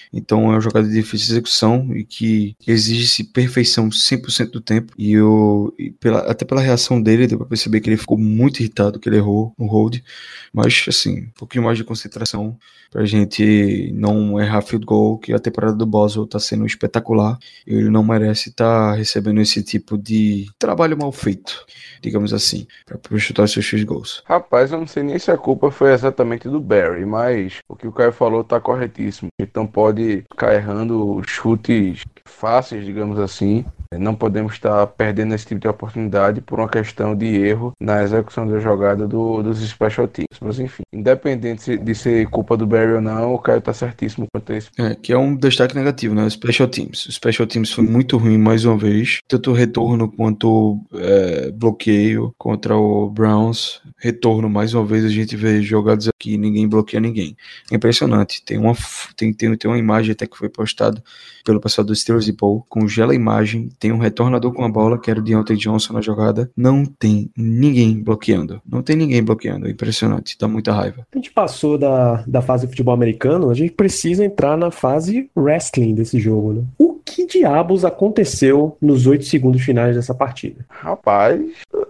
Então é uma jogada de difícil execução e que exige-se perfeição cem por cento do tempo. E, eu, e pela, até pela reação dele, deu pra perceber que ele ficou muito irritado, que ele errou no hold. Mas, assim, um pouquinho mais de concentração pra gente não errar field goal, que a temporada do Boswell tá sendo espetacular. E ele não merece estar tá recebendo esse tipo de trabalho mal feito, digamos assim, para chutar os seus field goals. Rapaz, eu não sei nem se a culpa foi exatamente do Barry, mas o que o Caio falou tá corretíssimo. Então pode ficar errando chutes fáceis, digamos assim. Não podemos estar perdendo esse tipo de oportunidade por uma questão de erro na execução da jogada do, dos special teams. Mas enfim, independente de ser culpa do Barry ou não, o Caio tá certíssimo quanto a isso. É, que é um destaque negativo, né? Os special teams. Os special teams foi muito ruim mais uma vez. Tanto o retorno quanto é, bloqueio contra o Browns. Retorno, mais uma vez, a gente vê jogadas aqui, ninguém bloqueia ninguém. É impressionante. Tem uma, tem, tem, tem uma imagem até que foi postada pelo pessoal do Steelers e Bowl. Congela a imagem. Tem um retornador com a bola, que era o Deontay Johnson na jogada. Não tem ninguém bloqueando. Não tem ninguém bloqueando. É impressionante. Dá muita raiva. A gente passou da, da fase de futebol americano, a gente precisa entrar na fase wrestling desse jogo, né? O que diabos aconteceu nos oito segundos finais dessa partida? Rapaz,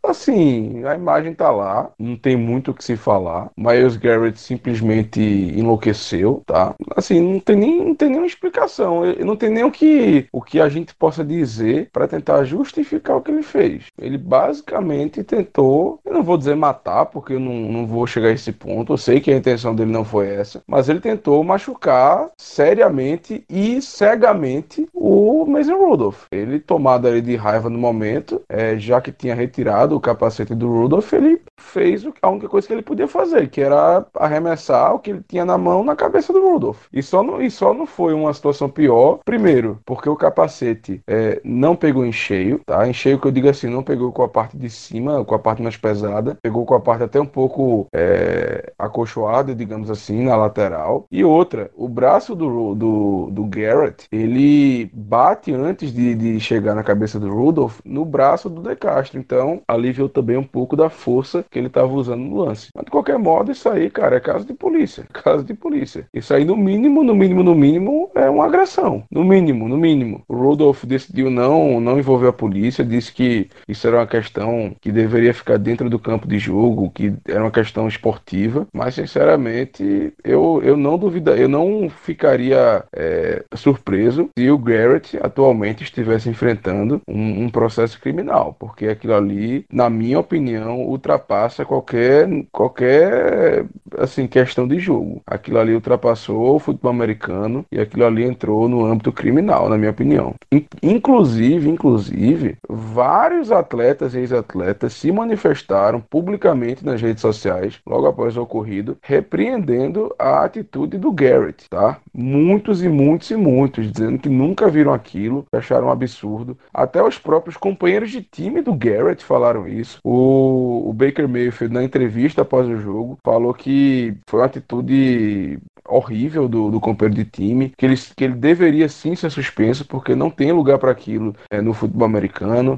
assim, a imagem tá lá, não tem muito o que se falar. Myles Garrett simplesmente enlouqueceu, tá? Assim, não tem nem, não tem nenhuma explicação. Não tem nem o que, o que a gente possa dizer para tentar justificar o que ele fez. Ele basicamente tentou, eu não vou dizer matar, porque eu não, não vou chegar a esse ponto, eu sei que a intenção dele não foi essa, mas ele tentou machucar seriamente e cegamente o Mason Rudolph. Ele, tomado ali de raiva no momento, é, já que tinha retirado o capacete do Rudolph, ele fez a única coisa que ele podia fazer, que era arremessar o que ele tinha na mão na cabeça do Rudolph. E só não, e só não foi uma situação pior, primeiro, porque o capacete é, não pegou em cheio, tá? Em cheio que eu digo assim, não pegou com a parte de cima, com a parte mais pesada, pegou com a parte até um pouco é, acolchoada, digamos assim, na lateral. E outra, o braço do, do, do Garrett, ele bate antes de, de chegar na cabeça do Rudolph, no braço do De Castro. Então, aliviou também um pouco da força que ele estava usando no lance. Mas, de qualquer modo, isso aí, cara, é caso de polícia. Caso de polícia. Isso aí, no mínimo, no mínimo, no mínimo, é uma agressão. No mínimo, no mínimo. O Rudolph decidiu não, não envolver a polícia, disse que isso era uma questão que deveria ficar dentro do campo de jogo, que era uma questão esportiva. Mas, sinceramente, eu, eu não duvida, eu não ficaria é, surpreso se o Garrett atualmente estivesse enfrentando um, um processo criminal, porque aquilo ali, na minha opinião, ultrapassa qualquer, qualquer assim, questão de jogo. Aquilo ali ultrapassou o futebol americano e aquilo ali entrou no âmbito criminal, na minha opinião. Inclusive, inclusive, vários atletas e ex-atletas se manifestaram publicamente nas redes sociais, logo após o ocorrido, repreendendo a atitude do Garrett, tá? Muitos e muitos e muitos, dizendo que nunca viram aquilo, acharam um absurdo. Até os próprios companheiros de time do Garrett falaram isso. O, o Baker Mayfield, na entrevista após o jogo, falou que foi uma atitude horrível do, do companheiro de time, que ele, que ele deveria sim ser suspenso, porque não tem lugar para aquilo é, no futebol americano.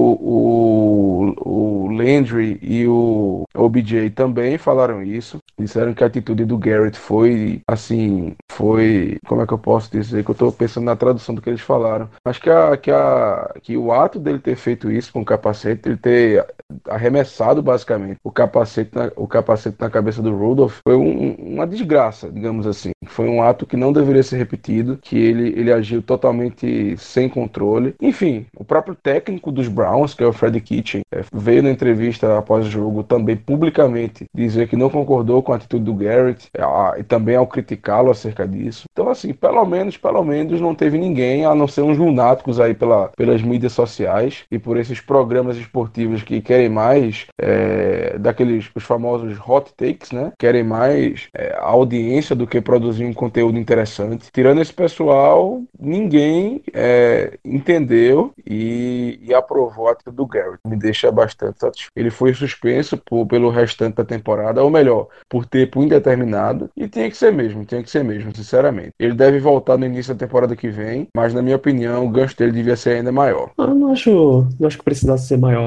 O, o, o Landry e o O B J também falaram isso, disseram que a atitude do Garrett foi, assim, foi, como é que eu posso dizer, que eu tô pensando na tradução do que eles falaram, mas que, a, que, a, que o ato dele ter feito isso com o capacete, ele ter arremessado basicamente o capacete na, o capacete na cabeça do Rudolph, foi um, uma desgraça, digamos assim. Foi um ato que não deveria ser repetido, que ele, ele agiu totalmente sem controle. Enfim, o próprio técnico dos Browns, que é o Freddie Kitchen, é, veio na entrevista após o jogo também publicamente dizer que não concordou com a atitude do Garrett a, e também ao criticá-lo acerca disso. Então, assim, pelo menos, pelo menos não teve ninguém, a não ser uns lunáticos aí pela, pelas mídias sociais e por esses programas esportivos que querem mais é, daqueles, os famosos hot takes, né? Querem mais é, audiência do que produzir um conteúdo interessante. Tirando esse pessoal, ninguém é, entendeu e, e aprovou a atitude do Garrett. Me deixa bastante satisfeito. Ele foi suspenso por, pelo restante da temporada, ou melhor, por tempo indeterminado, e tinha que ser mesmo, tinha que ser mesmo, sinceramente. Ele deve voltar no início da temporada que vem, mas na minha opinião, o gancho dele devia ser ainda maior. Eu não acho, não acho que precisasse ser maior, não.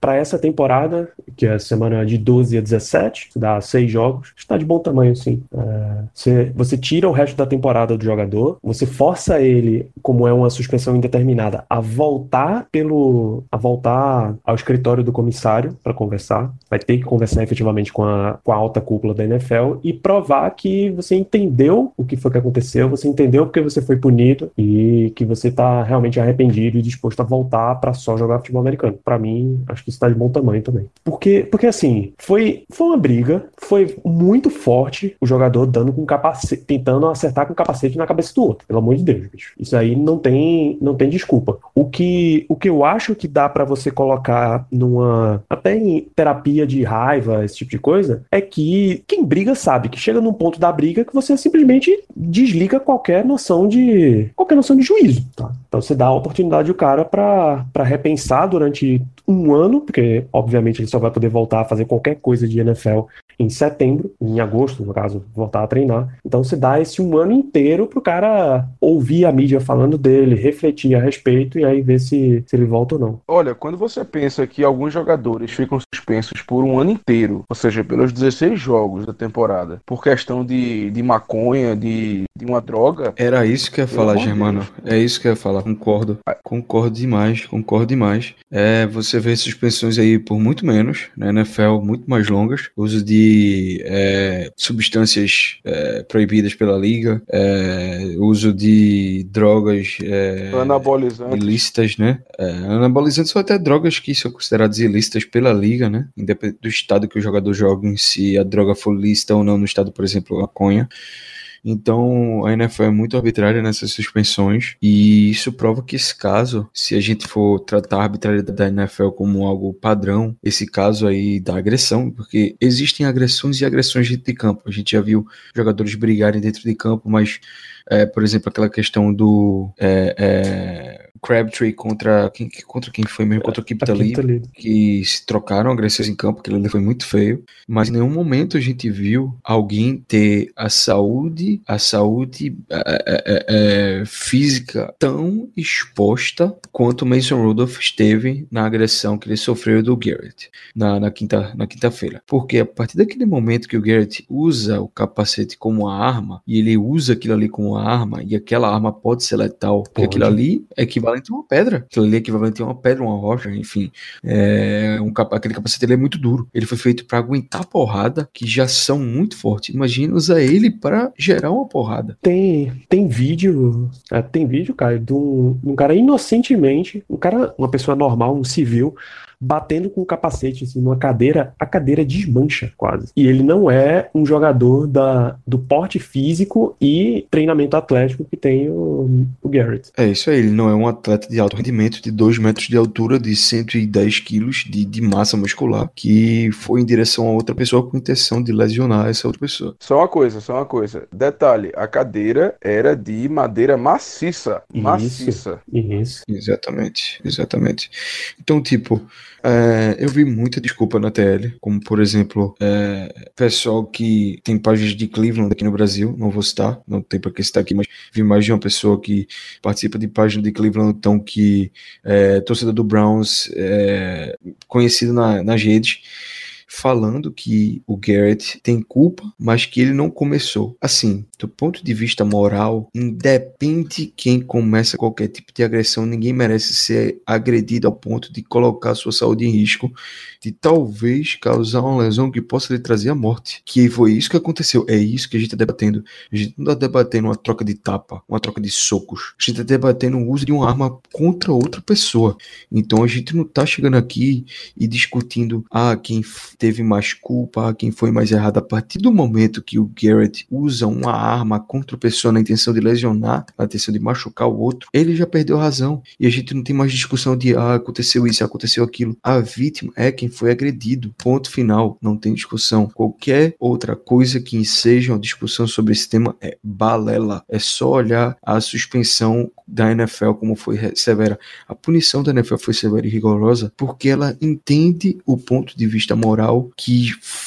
para essa temporada, que é a semana de doze a dezessete, dá seis jogos, está de bom tamanho, sim. É, você, você tira o resto da temporada do jogador, você força ele, como é uma suspensão indeterminada, a voltar pelo, a voltar ao escritório do comissário para conversar. Vai ter que conversar efetivamente com a, com a alta cúpula da N F L e provar que você entendeu o que foi que aconteceu, você entendeu porque você foi punido e que você está realmente arrependido e disposto a voltar para só jogar futebol americano. Para mim, acho que isso está de bom tamanho também. Porque, porque assim, foi, foi uma briga, foi muito forte o jogador dando com capacete, tentando acertar com o capacete na cabeça do outro. Pelo amor de Deus, bicho. Isso aí não tem, não tem desculpa. O que, o que eu acho que dá para você colocar numa, até em terapia de raiva, esse tipo de coisa, é que quem briga sabe que chega num ponto da briga que você simplesmente desliga qualquer noção de qualquer noção de juízo, tá? Então você dá a oportunidade ao cara para para repensar durante um ano, porque obviamente ele só vai poder voltar a fazer qualquer coisa de N F L em setembro, em agosto, no caso, voltar a treinar. Então você dá esse um ano inteiro pro cara ouvir a mídia falando dele, refletir a respeito e aí ver se, se ele volta ou não. Olha, quando você pensa que alguns jogadores ficam suspensos por um ano inteiro, ou seja, pelos dezesseis jogos da temporada, por questão de, de maconha, de, de uma droga... Era isso que eu ia falar, Germano. É isso que eu ia falar, concordo. Concordo demais, concordo demais. É, você vê suspensões aí por muito menos, na N F L, muito mais longas. Uso de é, substâncias é, proibidas pela liga, é, uso de drogas é, anabolizantes. ilícitas, né? É, anabolizantes ou até drogas que são consideradas ilícitas pela liga, né? Independente do estado que o jogador joga em si, a droga for lícita ou não no estado, por exemplo, a maconha. Então, a N F L é muito arbitrária nessas suspensões e isso prova que esse caso, se a gente for tratar a arbitrariedade da N F L como algo padrão, esse caso aí da agressão, porque existem agressões e agressões dentro de campo. A gente já viu jogadores brigarem dentro de campo, mas, é, por exemplo, aquela questão do... É, é, Crabtree contra quem, contra quem foi mesmo? Contra o Kip Talib, que se trocaram agressões em campo, que ele foi muito feio, mas em nenhum momento a gente viu alguém ter a saúde, a saúde é, é, é, física tão exposta quanto o Mason Rudolph esteve na agressão que ele sofreu do Garrett na, na, quinta, na quinta-feira. Porque a partir daquele momento que o Garrett usa o capacete como uma arma, e ele usa aquilo ali como uma arma, e aquela arma pode ser letal, porque aquilo ali é equivalente a uma pedra. Aquilo ali é equivalente a uma pedra, uma rocha, enfim. É, um, aquele capacete ele é muito duro. Ele foi feito para aguentar porrada, que já são muito fortes. Imagina usar ele para gerar uma porrada. Tem, tem vídeo, é, tem vídeo, cara, de um, um cara inocentemente, um cara, uma pessoa normal, um civil, batendo com o capacete assim, numa cadeira, a cadeira desmancha quase. E ele não é um jogador da, do porte físico e treinamento atlético que tem o, o Garrett. É isso aí, ele não é um atleta de alto rendimento, de dois metros de altura, de cento e dez quilos de, de massa muscular, que foi em direção a outra pessoa com intenção de lesionar essa outra pessoa. Só uma coisa, só uma coisa. Detalhe, a cadeira era de madeira maciça. Isso, maciça. Isso. Exatamente, exatamente. Então, tipo... É, eu vi muita desculpa na T L, como por exemplo, é, pessoal que tem páginas de Cleveland aqui no Brasil, não vou citar, não tem pra que citar aqui, mas vi mais de uma pessoa que participa de página de Cleveland, então que é torcedor do Browns, é, conhecido na, nas redes, falando que o Garrett tem culpa, mas que ele não começou. Assim, do ponto de vista moral, independe quem começa qualquer tipo de agressão, ninguém merece ser agredido ao ponto de colocar sua saúde em risco, de talvez causar uma lesão que possa lhe trazer a morte. Que foi isso que aconteceu. É isso que a gente está debatendo. A gente não está debatendo uma troca de tapa, uma troca de socos. A gente está debatendo o uso de uma arma contra outra pessoa. Então a gente não está chegando aqui e discutindo ah, quem teve mais culpa, quem foi mais errado. A partir do momento que o Garrett usa uma arma contra a pessoa na intenção de lesionar, na intenção de machucar o outro, ele já perdeu a razão. E a gente não tem mais discussão de ah, aconteceu isso, aconteceu aquilo. A vítima é quem foi agredido. Ponto final. Não tem discussão. Qualquer outra coisa que seja uma discussão sobre esse tema é balela. É só olhar a suspensão da N F L como foi severa. A punição da N F L foi severa e rigorosa porque ela entende o ponto de vista moral que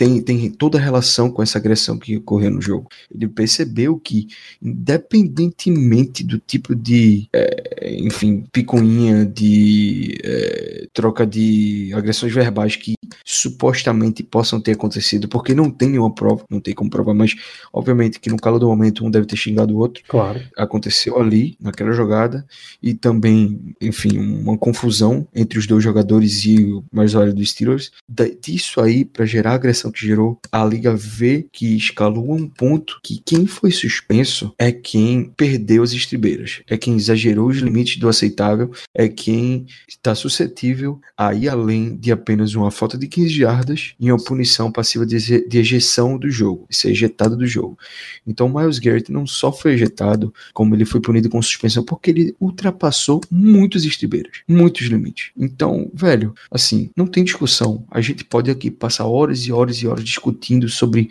tem, tem toda a relação com essa agressão que ocorreu no jogo. Ele percebeu que, independentemente do tipo de, é, enfim, picuinha, de é, troca de agressões verbais que supostamente possam ter acontecido, porque não tem nenhuma prova, não tem como provar, mas obviamente que no calor do momento um deve ter xingado o outro. Claro. Aconteceu ali, naquela jogada, e também, enfim, uma confusão entre os dois jogadores e o mais velho dos Steelers. Disso aí, para gerar a agressão que gerou, a liga vê que escalou a um ponto que quem foi suspenso é quem perdeu as estribeiras, é quem exagerou os limites do aceitável, é quem está suscetível a ir além de apenas uma falta de quinze jardas e uma punição passiva de, de ejeção do jogo, ser ejetado do jogo. Então o Myles Garrett não só foi ejetado, como ele foi punido com suspensão, porque ele ultrapassou muitos estribeiras, muitos limites. Então, velho, assim, não tem discussão. A gente pode aqui passar horas e horas e horas discutindo sobre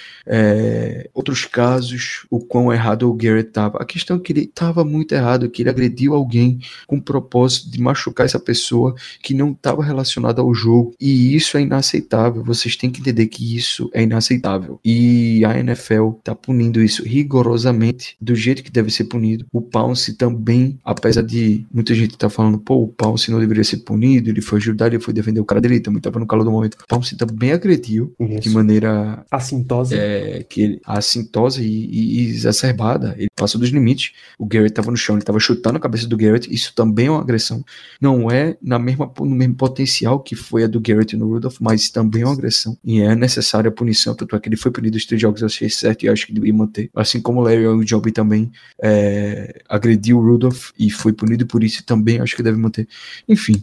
É, outros casos, o quão errado o Garrett estava. A questão é que ele estava muito errado, que ele agrediu alguém com o propósito de machucar essa pessoa que não estava relacionada ao jogo, e isso é inaceitável. Vocês têm que entender que isso é inaceitável, e a N F L está punindo isso rigorosamente, do jeito que deve ser punido. O Pounce também, apesar de muita gente estar tá falando, pô, o Pounce não deveria ser punido, ele foi ajudar, ele foi defender o cara dele, também estava no calor do momento. O Pounce também agrediu isso. De maneira assintosa. É, que ele, assintosa e, e, e exacerbada. Ele passou dos limites. O Garrett estava no chão, ele estava chutando a cabeça do Garrett. Isso também é uma agressão. Não é na mesma, no mesmo potencial que foi a do Garrett no Rudolph, mas também é uma agressão. E é necessária a punição. Tanto é que ele foi punido os três jogos, eu achei certo e acho que deveria manter. Assim como o Larry Job também é, agrediu o Rudolph e foi punido por isso, também acho que deve manter. Enfim.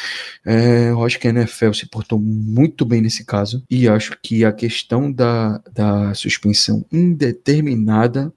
É, eu acho que a N F L se portou muito bem nesse caso, e acho que a questão da, da suspensão indeterminada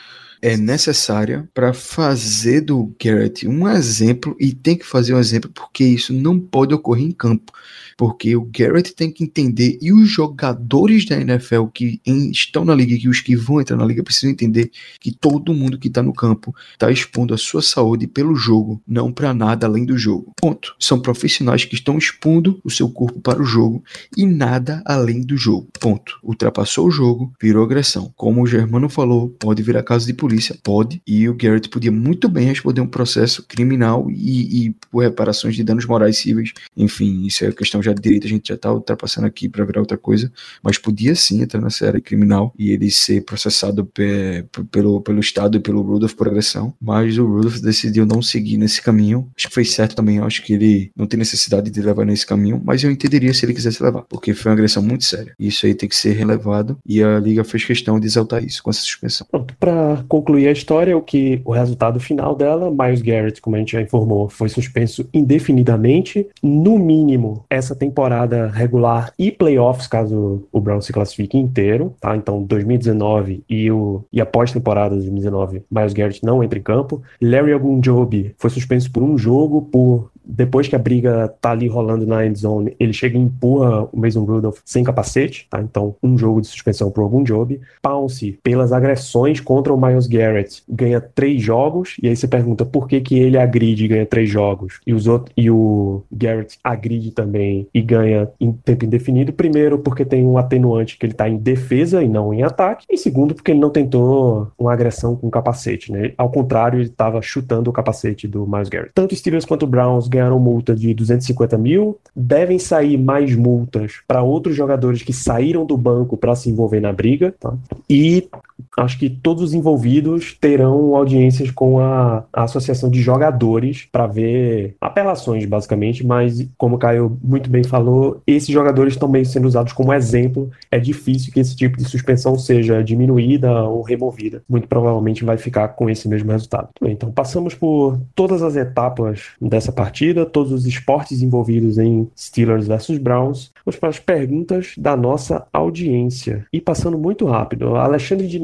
é necessária para fazer do Garrett um exemplo, e tem que fazer um exemplo porque isso não pode ocorrer em campo, porque o Garrett tem que entender, e os jogadores da N F L que em, estão na liga e os que vão entrar na liga precisam entender que todo mundo que está no campo está expondo a sua saúde pelo jogo, não para nada além do jogo. Ponto. São profissionais que estão expondo o seu corpo para o jogo e nada além do jogo. Ponto. Ultrapassou o jogo, virou agressão. Como o Germano falou, pode virar caso de polícia, pode, e o Garrett podia muito bem responder um processo criminal e, e por reparações de danos morais cíveis. Enfim, isso é questão já de direito, a gente já tá ultrapassando aqui para virar outra coisa, mas podia sim entrar nessa área criminal e ele ser processado pe, pelo, pelo Estado e pelo Rudolph por agressão, mas o Rudolph decidiu não seguir nesse caminho. Acho que foi certo também, acho que ele não tem necessidade de levar nesse caminho, mas eu entenderia se ele quisesse levar, porque foi uma agressão muito séria. Isso aí tem que ser relevado, e a Liga fez questão de exaltar isso com essa suspensão. Para concluir a história, o que o resultado final dela, Myles Garrett, como a gente já informou, foi suspenso indefinidamente, no mínimo essa temporada regular e playoffs, caso o Browns se classifique inteiro, tá? Então dois mil e dezenove e, o, e a pós-temporada de dois mil e dezenove, Myles Garrett não entra em campo. Larry Ogunjobi foi suspenso por um jogo, por depois que a briga tá ali rolando na end zone, ele chega e empurra o Mason Rudolph sem capacete, tá? Então um jogo de suspensão pro Ogunjobi. Pounce, pelas agressões contra o Myles Garrett, ganha três jogos, e aí você pergunta por que que ele agride e ganha três jogos, e, os outros, e o Garrett agride também e ganha em tempo indefinido. Primeiro, porque tem um atenuante que ele tá em defesa e não em ataque, e segundo, porque ele não tentou uma agressão com capacete, né? Ao contrário, ele tava chutando o capacete do Myles Garrett. Tanto os Steelers quanto o Browns ganharam multa de duzentos e cinquenta mil, devem sair mais multas para outros jogadores que saíram do banco para se envolver na briga, tá? E acho que todos os envolvidos terão audiências com a, a Associação de Jogadores para ver apelações, basicamente, mas como o Caio muito bem falou, esses jogadores estão meio sendo usados como exemplo. É difícil que esse tipo de suspensão seja diminuída ou removida. Muito provavelmente vai ficar com esse mesmo resultado. Então passamos por todas as etapas dessa partida, todos os esportes envolvidos em Steelers versus Browns. Vamos para as perguntas da nossa audiência. E passando muito rápido, Alexandre de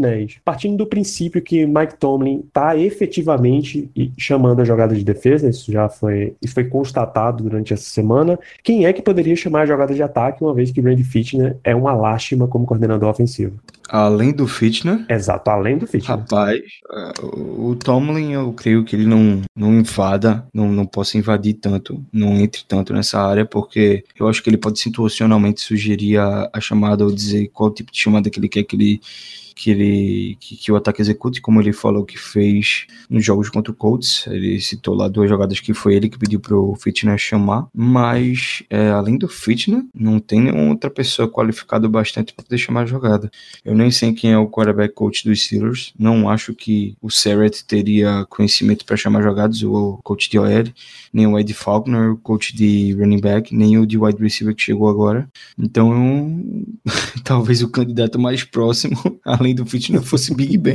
Inés, partindo do princípio que Mike Tomlin está efetivamente chamando a jogada de defesa, isso já foi, isso foi constatado durante essa semana, quem é que poderia chamar a jogada de ataque, uma vez que Randy Fichtner é uma lástima como coordenador ofensivo? Além do Fichtner? Exato, além do Fichtner. Rapaz, o Tomlin, eu creio que ele não, não invada, não, não possa invadir tanto, não entre tanto nessa área, porque eu acho que ele pode situacionalmente sugerir a, a chamada ou dizer qual tipo de chamada que ele quer que ele que ele que, que o ataque execute, como ele falou que fez nos jogos contra o Colts. Ele citou lá duas jogadas que foi ele que pediu pro Fichtner chamar, mas é, além do Fichtner, não tem nenhuma outra pessoa qualificada bastante para poder chamar a jogada. Eu nem sei quem é o quarterback coach dos Steelers, não acho que o Serrett teria conhecimento para chamar jogadas, o coach de O L, nem o Ed Faulkner, o coach de running back, nem o de wide receiver que chegou agora. Então eu, talvez o candidato mais próximo além do Fichtner fosse Big Ben.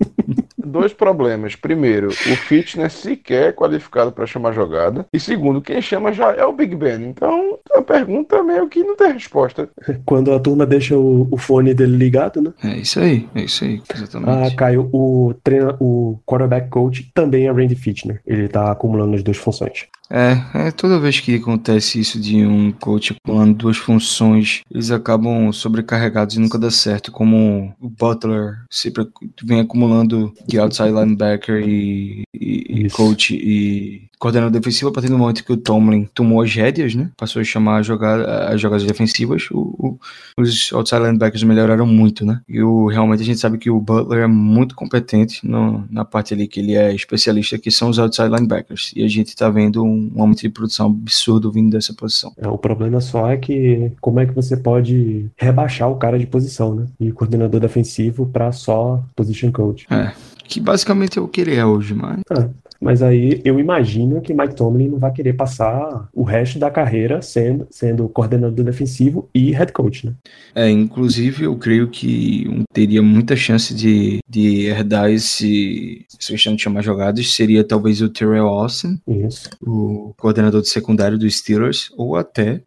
Dois problemas. Primeiro, o Fichtner sequer é qualificado para chamar jogada. E segundo, quem chama já é o Big Ben. Então, a pergunta meio que não tem resposta. Quando a turma deixa o, o fone dele ligado, né? É isso aí, é isso aí, exatamente. Ah, Caio, o, treina, o quarterback coach também é Randy Fichtner. Ele tá acumulando as duas funções. É, é, toda vez que acontece isso de um coach acumulando duas funções, eles acabam sobrecarregados e nunca dá certo, como o Butler sempre vem acumulando de outside linebacker e, e, e coach e coordenador defensivo. A partir do momento que o Tomlin tomou as rédeas, né, passou a chamar a jogar, as jogadas defensivas, o, o, os outside linebackers melhoraram muito, né, e o, realmente a gente sabe que o Butler é muito competente no, na parte ali que ele é especialista, que são os outside linebackers, e a gente tá vendo um um aumento de produção absurdo vindo dessa posição. É, o problema só é que como é que você pode rebaixar o cara de posição, né? De coordenador defensivo para só position coach. É, que basicamente é o que ele é hoje, mas... É. Mas aí eu imagino que Mike Tomlin não vai querer passar o resto da carreira sendo, sendo coordenador defensivo e head coach, né? É, inclusive eu creio que um, teria muita chance de, de herdar esse, essa questão de chamar jogadas, seria talvez o Terrell Austin, Isso. o coordenador de secundário dos Steelers, ou até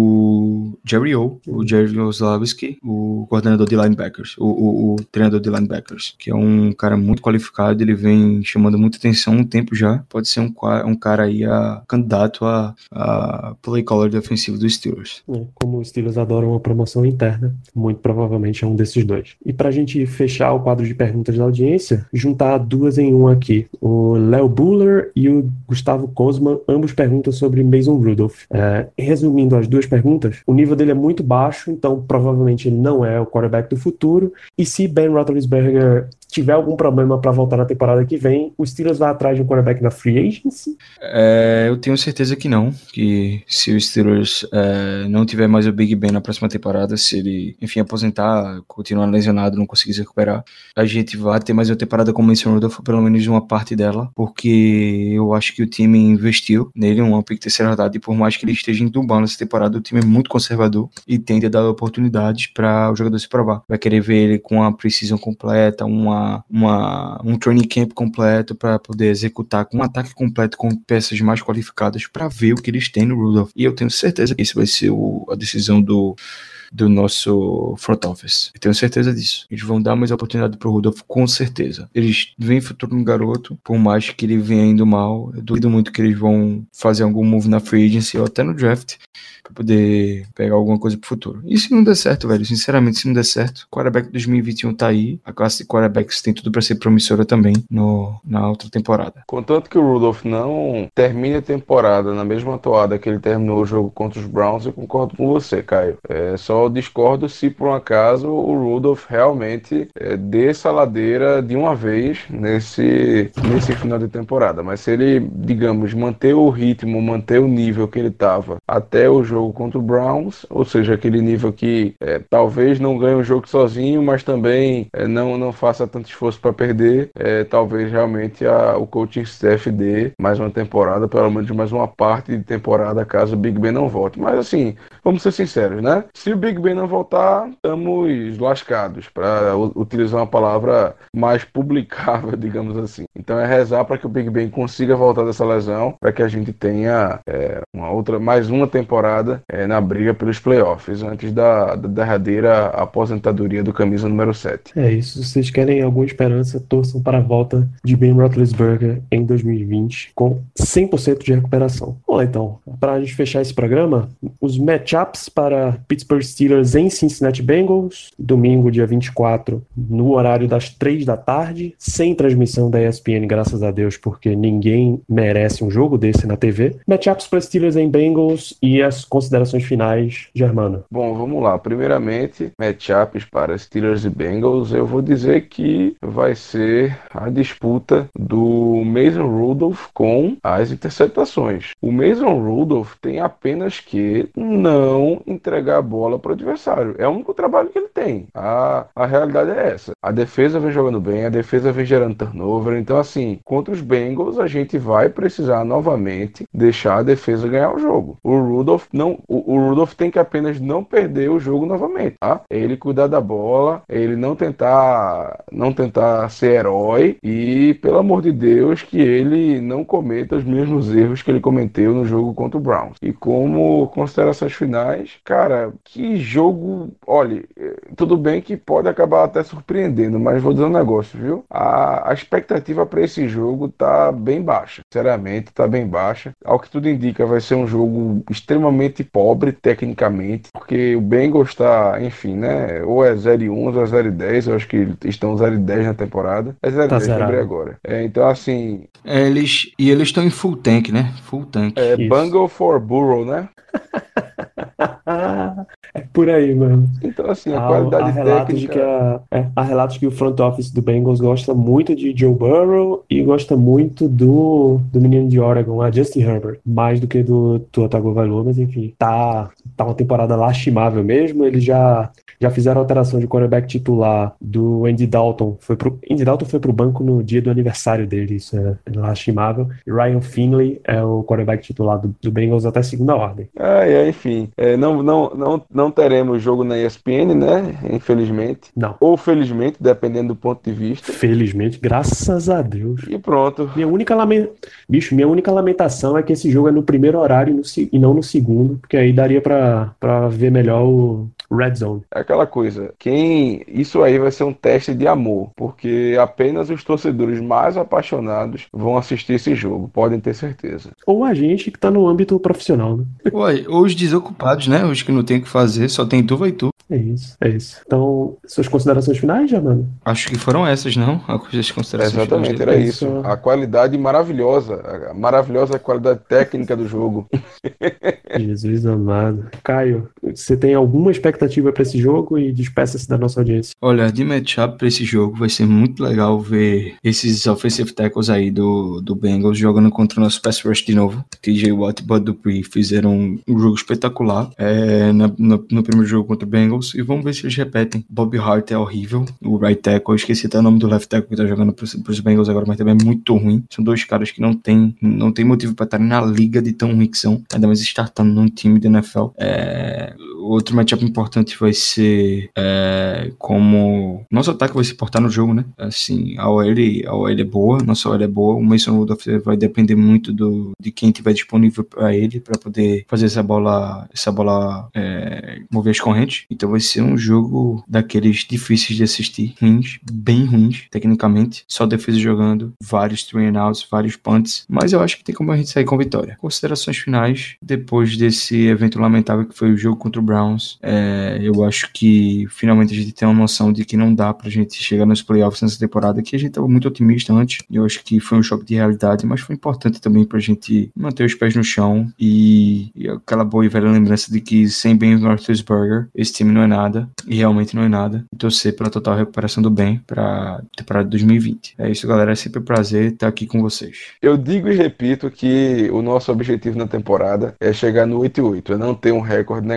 o Jerry O, o Jerry Oslavsky, o coordenador de linebackers, o, o, o treinador de linebackers, que é um cara muito qualificado, ele vem chamando muita atenção há um tempo já, pode ser um, um cara aí a, candidato a, a play caller defensivo dos Steelers. É, como os Steelers adoram uma promoção interna, muito provavelmente é um desses dois. E pra gente fechar o quadro de perguntas da audiência, juntar duas em um aqui. O Léo Buller e o Gustavo Cosman, ambos perguntam sobre Mason Rudolph. É, resumindo as duas perguntas, o nível dele é muito baixo, então provavelmente ele não é o quarterback do futuro, e se Ben Roethlisberger tiver algum problema para voltar na temporada que vem, o Steelers vai atrás de um quarterback na free agency? É, eu tenho certeza que não, que se o Steelers é, não tiver mais o Big Ben na próxima temporada, se ele, enfim, aposentar, continuar lesionado, não conseguir se recuperar, a gente vai ter mais uma temporada com o Mason Rudolph, pelo menos uma parte dela, porque eu acho que o time investiu nele, um pick terceira rodada, e por mais que ele esteja entubando nessa temporada, o time é muito conservador e tende a dar oportunidades para o jogador se provar. Vai querer ver ele com a precisão completa, uma Uma, um training camp completo para poder executar com um ataque completo com peças mais qualificadas para ver o que eles têm no Rudolph. E eu tenho certeza que isso vai ser o, a decisão do, do nosso front office. Eu tenho certeza disso. Eles vão dar mais oportunidade pro Rudolph, com certeza. Eles veem futuro no garoto, por mais que ele venha indo mal. Eu duvido muito que eles vão fazer algum move na free agency ou até no draft para poder pegar alguma coisa pro futuro. E se não der certo, velho, sinceramente, se não der certo, o quarterback dois mil e vinte e um tá aí, a classe de quarterbacks tem tudo para ser promissora também no, na outra temporada. Contanto que o Rudolph não termine a temporada na mesma toada que ele terminou o jogo contra os Browns, eu concordo com você, Caio. É, só discordo se por um acaso o Rudolph realmente é, desça a ladeira de uma vez nesse, nesse final de temporada. Mas se ele, digamos, manter o ritmo, manter o nível que ele estava até o jogo contra o Browns, ou seja, aquele nível que é, talvez não ganhe o jogo sozinho, mas também é, não, não faça tanto esforço para perder, é, talvez realmente a, o coaching staff dê mais uma temporada, pelo menos mais uma parte de temporada, caso o Big Ben não volte. Mas assim, vamos ser sinceros, né? Se o Big Big Ben não voltar, estamos lascados, para utilizar uma palavra mais publicável, digamos assim. Então é rezar para que o Big Ben consiga voltar dessa lesão, para que a gente tenha é, uma outra, mais uma temporada é, na briga pelos playoffs, antes da, da derradeira aposentadoria do camisa número sete. É isso, se vocês querem alguma esperança, torçam para a volta de Ben Roethlisberger em dois mil e vinte, com cem por cento de recuperação. Bom, então, para a gente fechar esse programa, os matchups para Pittsburgh Steelers em Cincinnati Bengals, domingo, dia vinte e quatro, no horário das três da tarde, sem transmissão da E S P N, graças a Deus, porque ninguém merece um jogo desse na T V. Matchups para Steelers em Bengals e as considerações finais, Germano. Bom, vamos lá. Primeiramente, matchups para Steelers e Bengals, eu vou dizer que vai ser a disputa do Mason Rudolph com as interceptações. O Mason Rudolph tem apenas que não entregar a bola para o adversário. É o único trabalho que ele tem. A, a realidade é essa. A defesa vem jogando bem, a defesa vem gerando turnover. Então, assim, contra os Bengals, a gente vai precisar novamente deixar a defesa ganhar o jogo. O Rudolph não, o, o Rudolph tem que apenas não perder o jogo novamente, tá? Ele cuidar da bola, ele não tentar, não tentar ser herói e, pelo amor de Deus, que ele não cometa os mesmos erros que ele cometeu no jogo contra o Browns. E como considerações finais, cara, que jogo, olha, tudo bem que pode acabar até surpreendendo, mas vou dizer um negócio, viu? A, a expectativa para esse jogo tá bem baixa, sinceramente, tá bem baixa. Ao que tudo indica, vai ser um jogo extremamente pobre tecnicamente, porque o Bengals tá, enfim, né, ou é zero e onze ou é zero e dez, eu acho que estão zero e dez na temporada. É zero e dez, tá lembrei agora. É, então, assim... É, eles, e eles estão em full tank, né? Full tank. É, Bungle for Burrow, né? É por aí, mano. Então, assim, a há, qualidade há relatos técnica... de que a, é, há relatos que o front office do Bengals gosta muito de Joe Burrow e gosta muito do, do menino de Oregon, a Justin Herbert, mais do que do Tua Tagovailoa, mas enfim, tá, tá uma temporada lastimável mesmo. Eles já, já fizeram alteração de quarterback titular do Andy Dalton. Foi pro, Andy Dalton foi pro banco no dia do aniversário dele, isso é lastimável. E Ryan Finley é o quarterback titular do, do Bengals até segunda ordem. Ah, é, enfim, é, não, não, não, não teremos jogo na E S P N, né? Infelizmente. Não. Ou felizmente, dependendo do ponto de vista. Felizmente, graças a Deus. E pronto. Minha única lame... Bicho, minha única lamentação é que esse jogo é no primeiro horário e, no se... e não no segundo, porque aí daria pra, pra ver melhor o Red Zone. É aquela coisa, quem... isso aí vai ser um teste de amor, porque apenas os torcedores mais apaixonados vão assistir esse jogo, podem ter certeza. Ou a gente que tá no âmbito profissional, né? Ué, ou os desocupados, né? Os que não tem o que fazer, só tem tu, vai tu. É isso, é isso. Então, suas considerações finais, já, mano? Acho que foram essas, não? As considerações Exatamente, finais. era isso. A qualidade maravilhosa, a maravilhosa qualidade técnica do jogo. Jesus amado. Caio, você tem alguma expectativa pra esse jogo e despeça-se da nossa audiência? Olha, de matchup pra esse jogo vai ser muito legal ver esses offensive tackles aí do, do Bengals jogando contra o nosso pass rush de novo. T J Watt e Bud Dupree fizeram um jogo espetacular é, na, no, no primeiro jogo contra o Bengals. E vamos ver se eles repetem. Bob Hart é horrível. O right tackle, eu esqueci até o nome do left tackle que tá jogando pros, pros Bengals agora, mas também é muito ruim. São dois caras que não tem, não tem motivo pra estarem na liga de tão ruim que são. Ainda mais startando num time de N F L. É... Outro matchup importante vai ser é, como nosso ataque vai se portar no jogo, né? Assim, a O L, a O L é boa, nossa O L é boa. O Mason Rudolph vai depender muito do, de quem tiver disponível para ele, para poder fazer essa bola, essa bola é, mover as correntes. Então vai ser um jogo daqueles difíceis de assistir, ruins, bem ruins, tecnicamente. Só defesa jogando, vários three and outs, vários punts. Mas eu acho que tem como a gente sair com vitória. Considerações finais, depois desse evento lamentável que foi o jogo contra o Browns, é, eu acho que finalmente a gente tem uma noção de que não dá pra gente chegar nos playoffs nessa temporada, que a gente tava muito otimista antes. Eu acho que foi um choque de realidade, mas foi importante também pra gente manter os pés no chão e, e aquela boa e velha lembrança de que sem Ben Roethlisberger, esse time não é nada, e realmente não é nada, e torcer pela total recuperação do Ben pra temporada de dois mil e vinte. É isso, galera, é sempre um prazer estar aqui com vocês. Eu digo e repito que o nosso objetivo na temporada é chegar no oito e oito, é não ter um recorde negativo.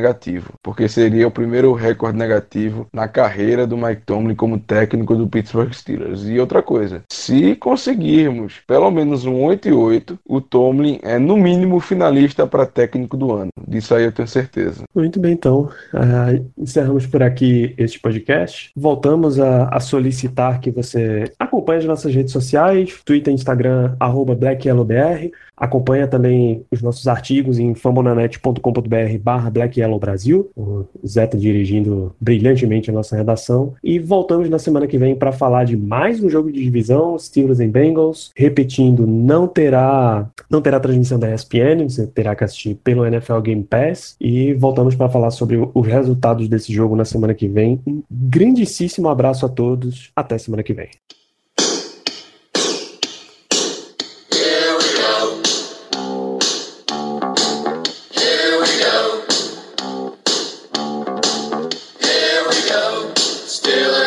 negativo, porque seria o primeiro recorde negativo na carreira do Mike Tomlin como técnico do Pittsburgh Steelers. E outra coisa, se conseguirmos pelo menos um oito e oito, o Tomlin é no mínimo finalista para técnico do ano. Disso aí eu tenho certeza. Muito bem, então. Uh, encerramos por aqui este podcast. Voltamos a, a solicitar que você acompanhe as nossas redes sociais, Twitter, Instagram, arroba BlackYellowBR. Acompanha também os nossos artigos em fambonanet.com.br barra BlackYellowBrasil. O Zé está dirigindo brilhantemente a nossa redação. E voltamos na semana que vem para falar de mais um jogo de divisão, Steelers e Bengals. Repetindo, não terá, não terá transmissão da E S P N, você terá que assistir pelo N F L Game Pass. E voltamos para falar sobre os resultados desse jogo na semana que vem. Um grandíssimo abraço a todos. Até semana que vem.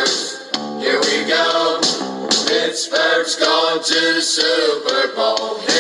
Pittsburgh's gone to the Super Bowl.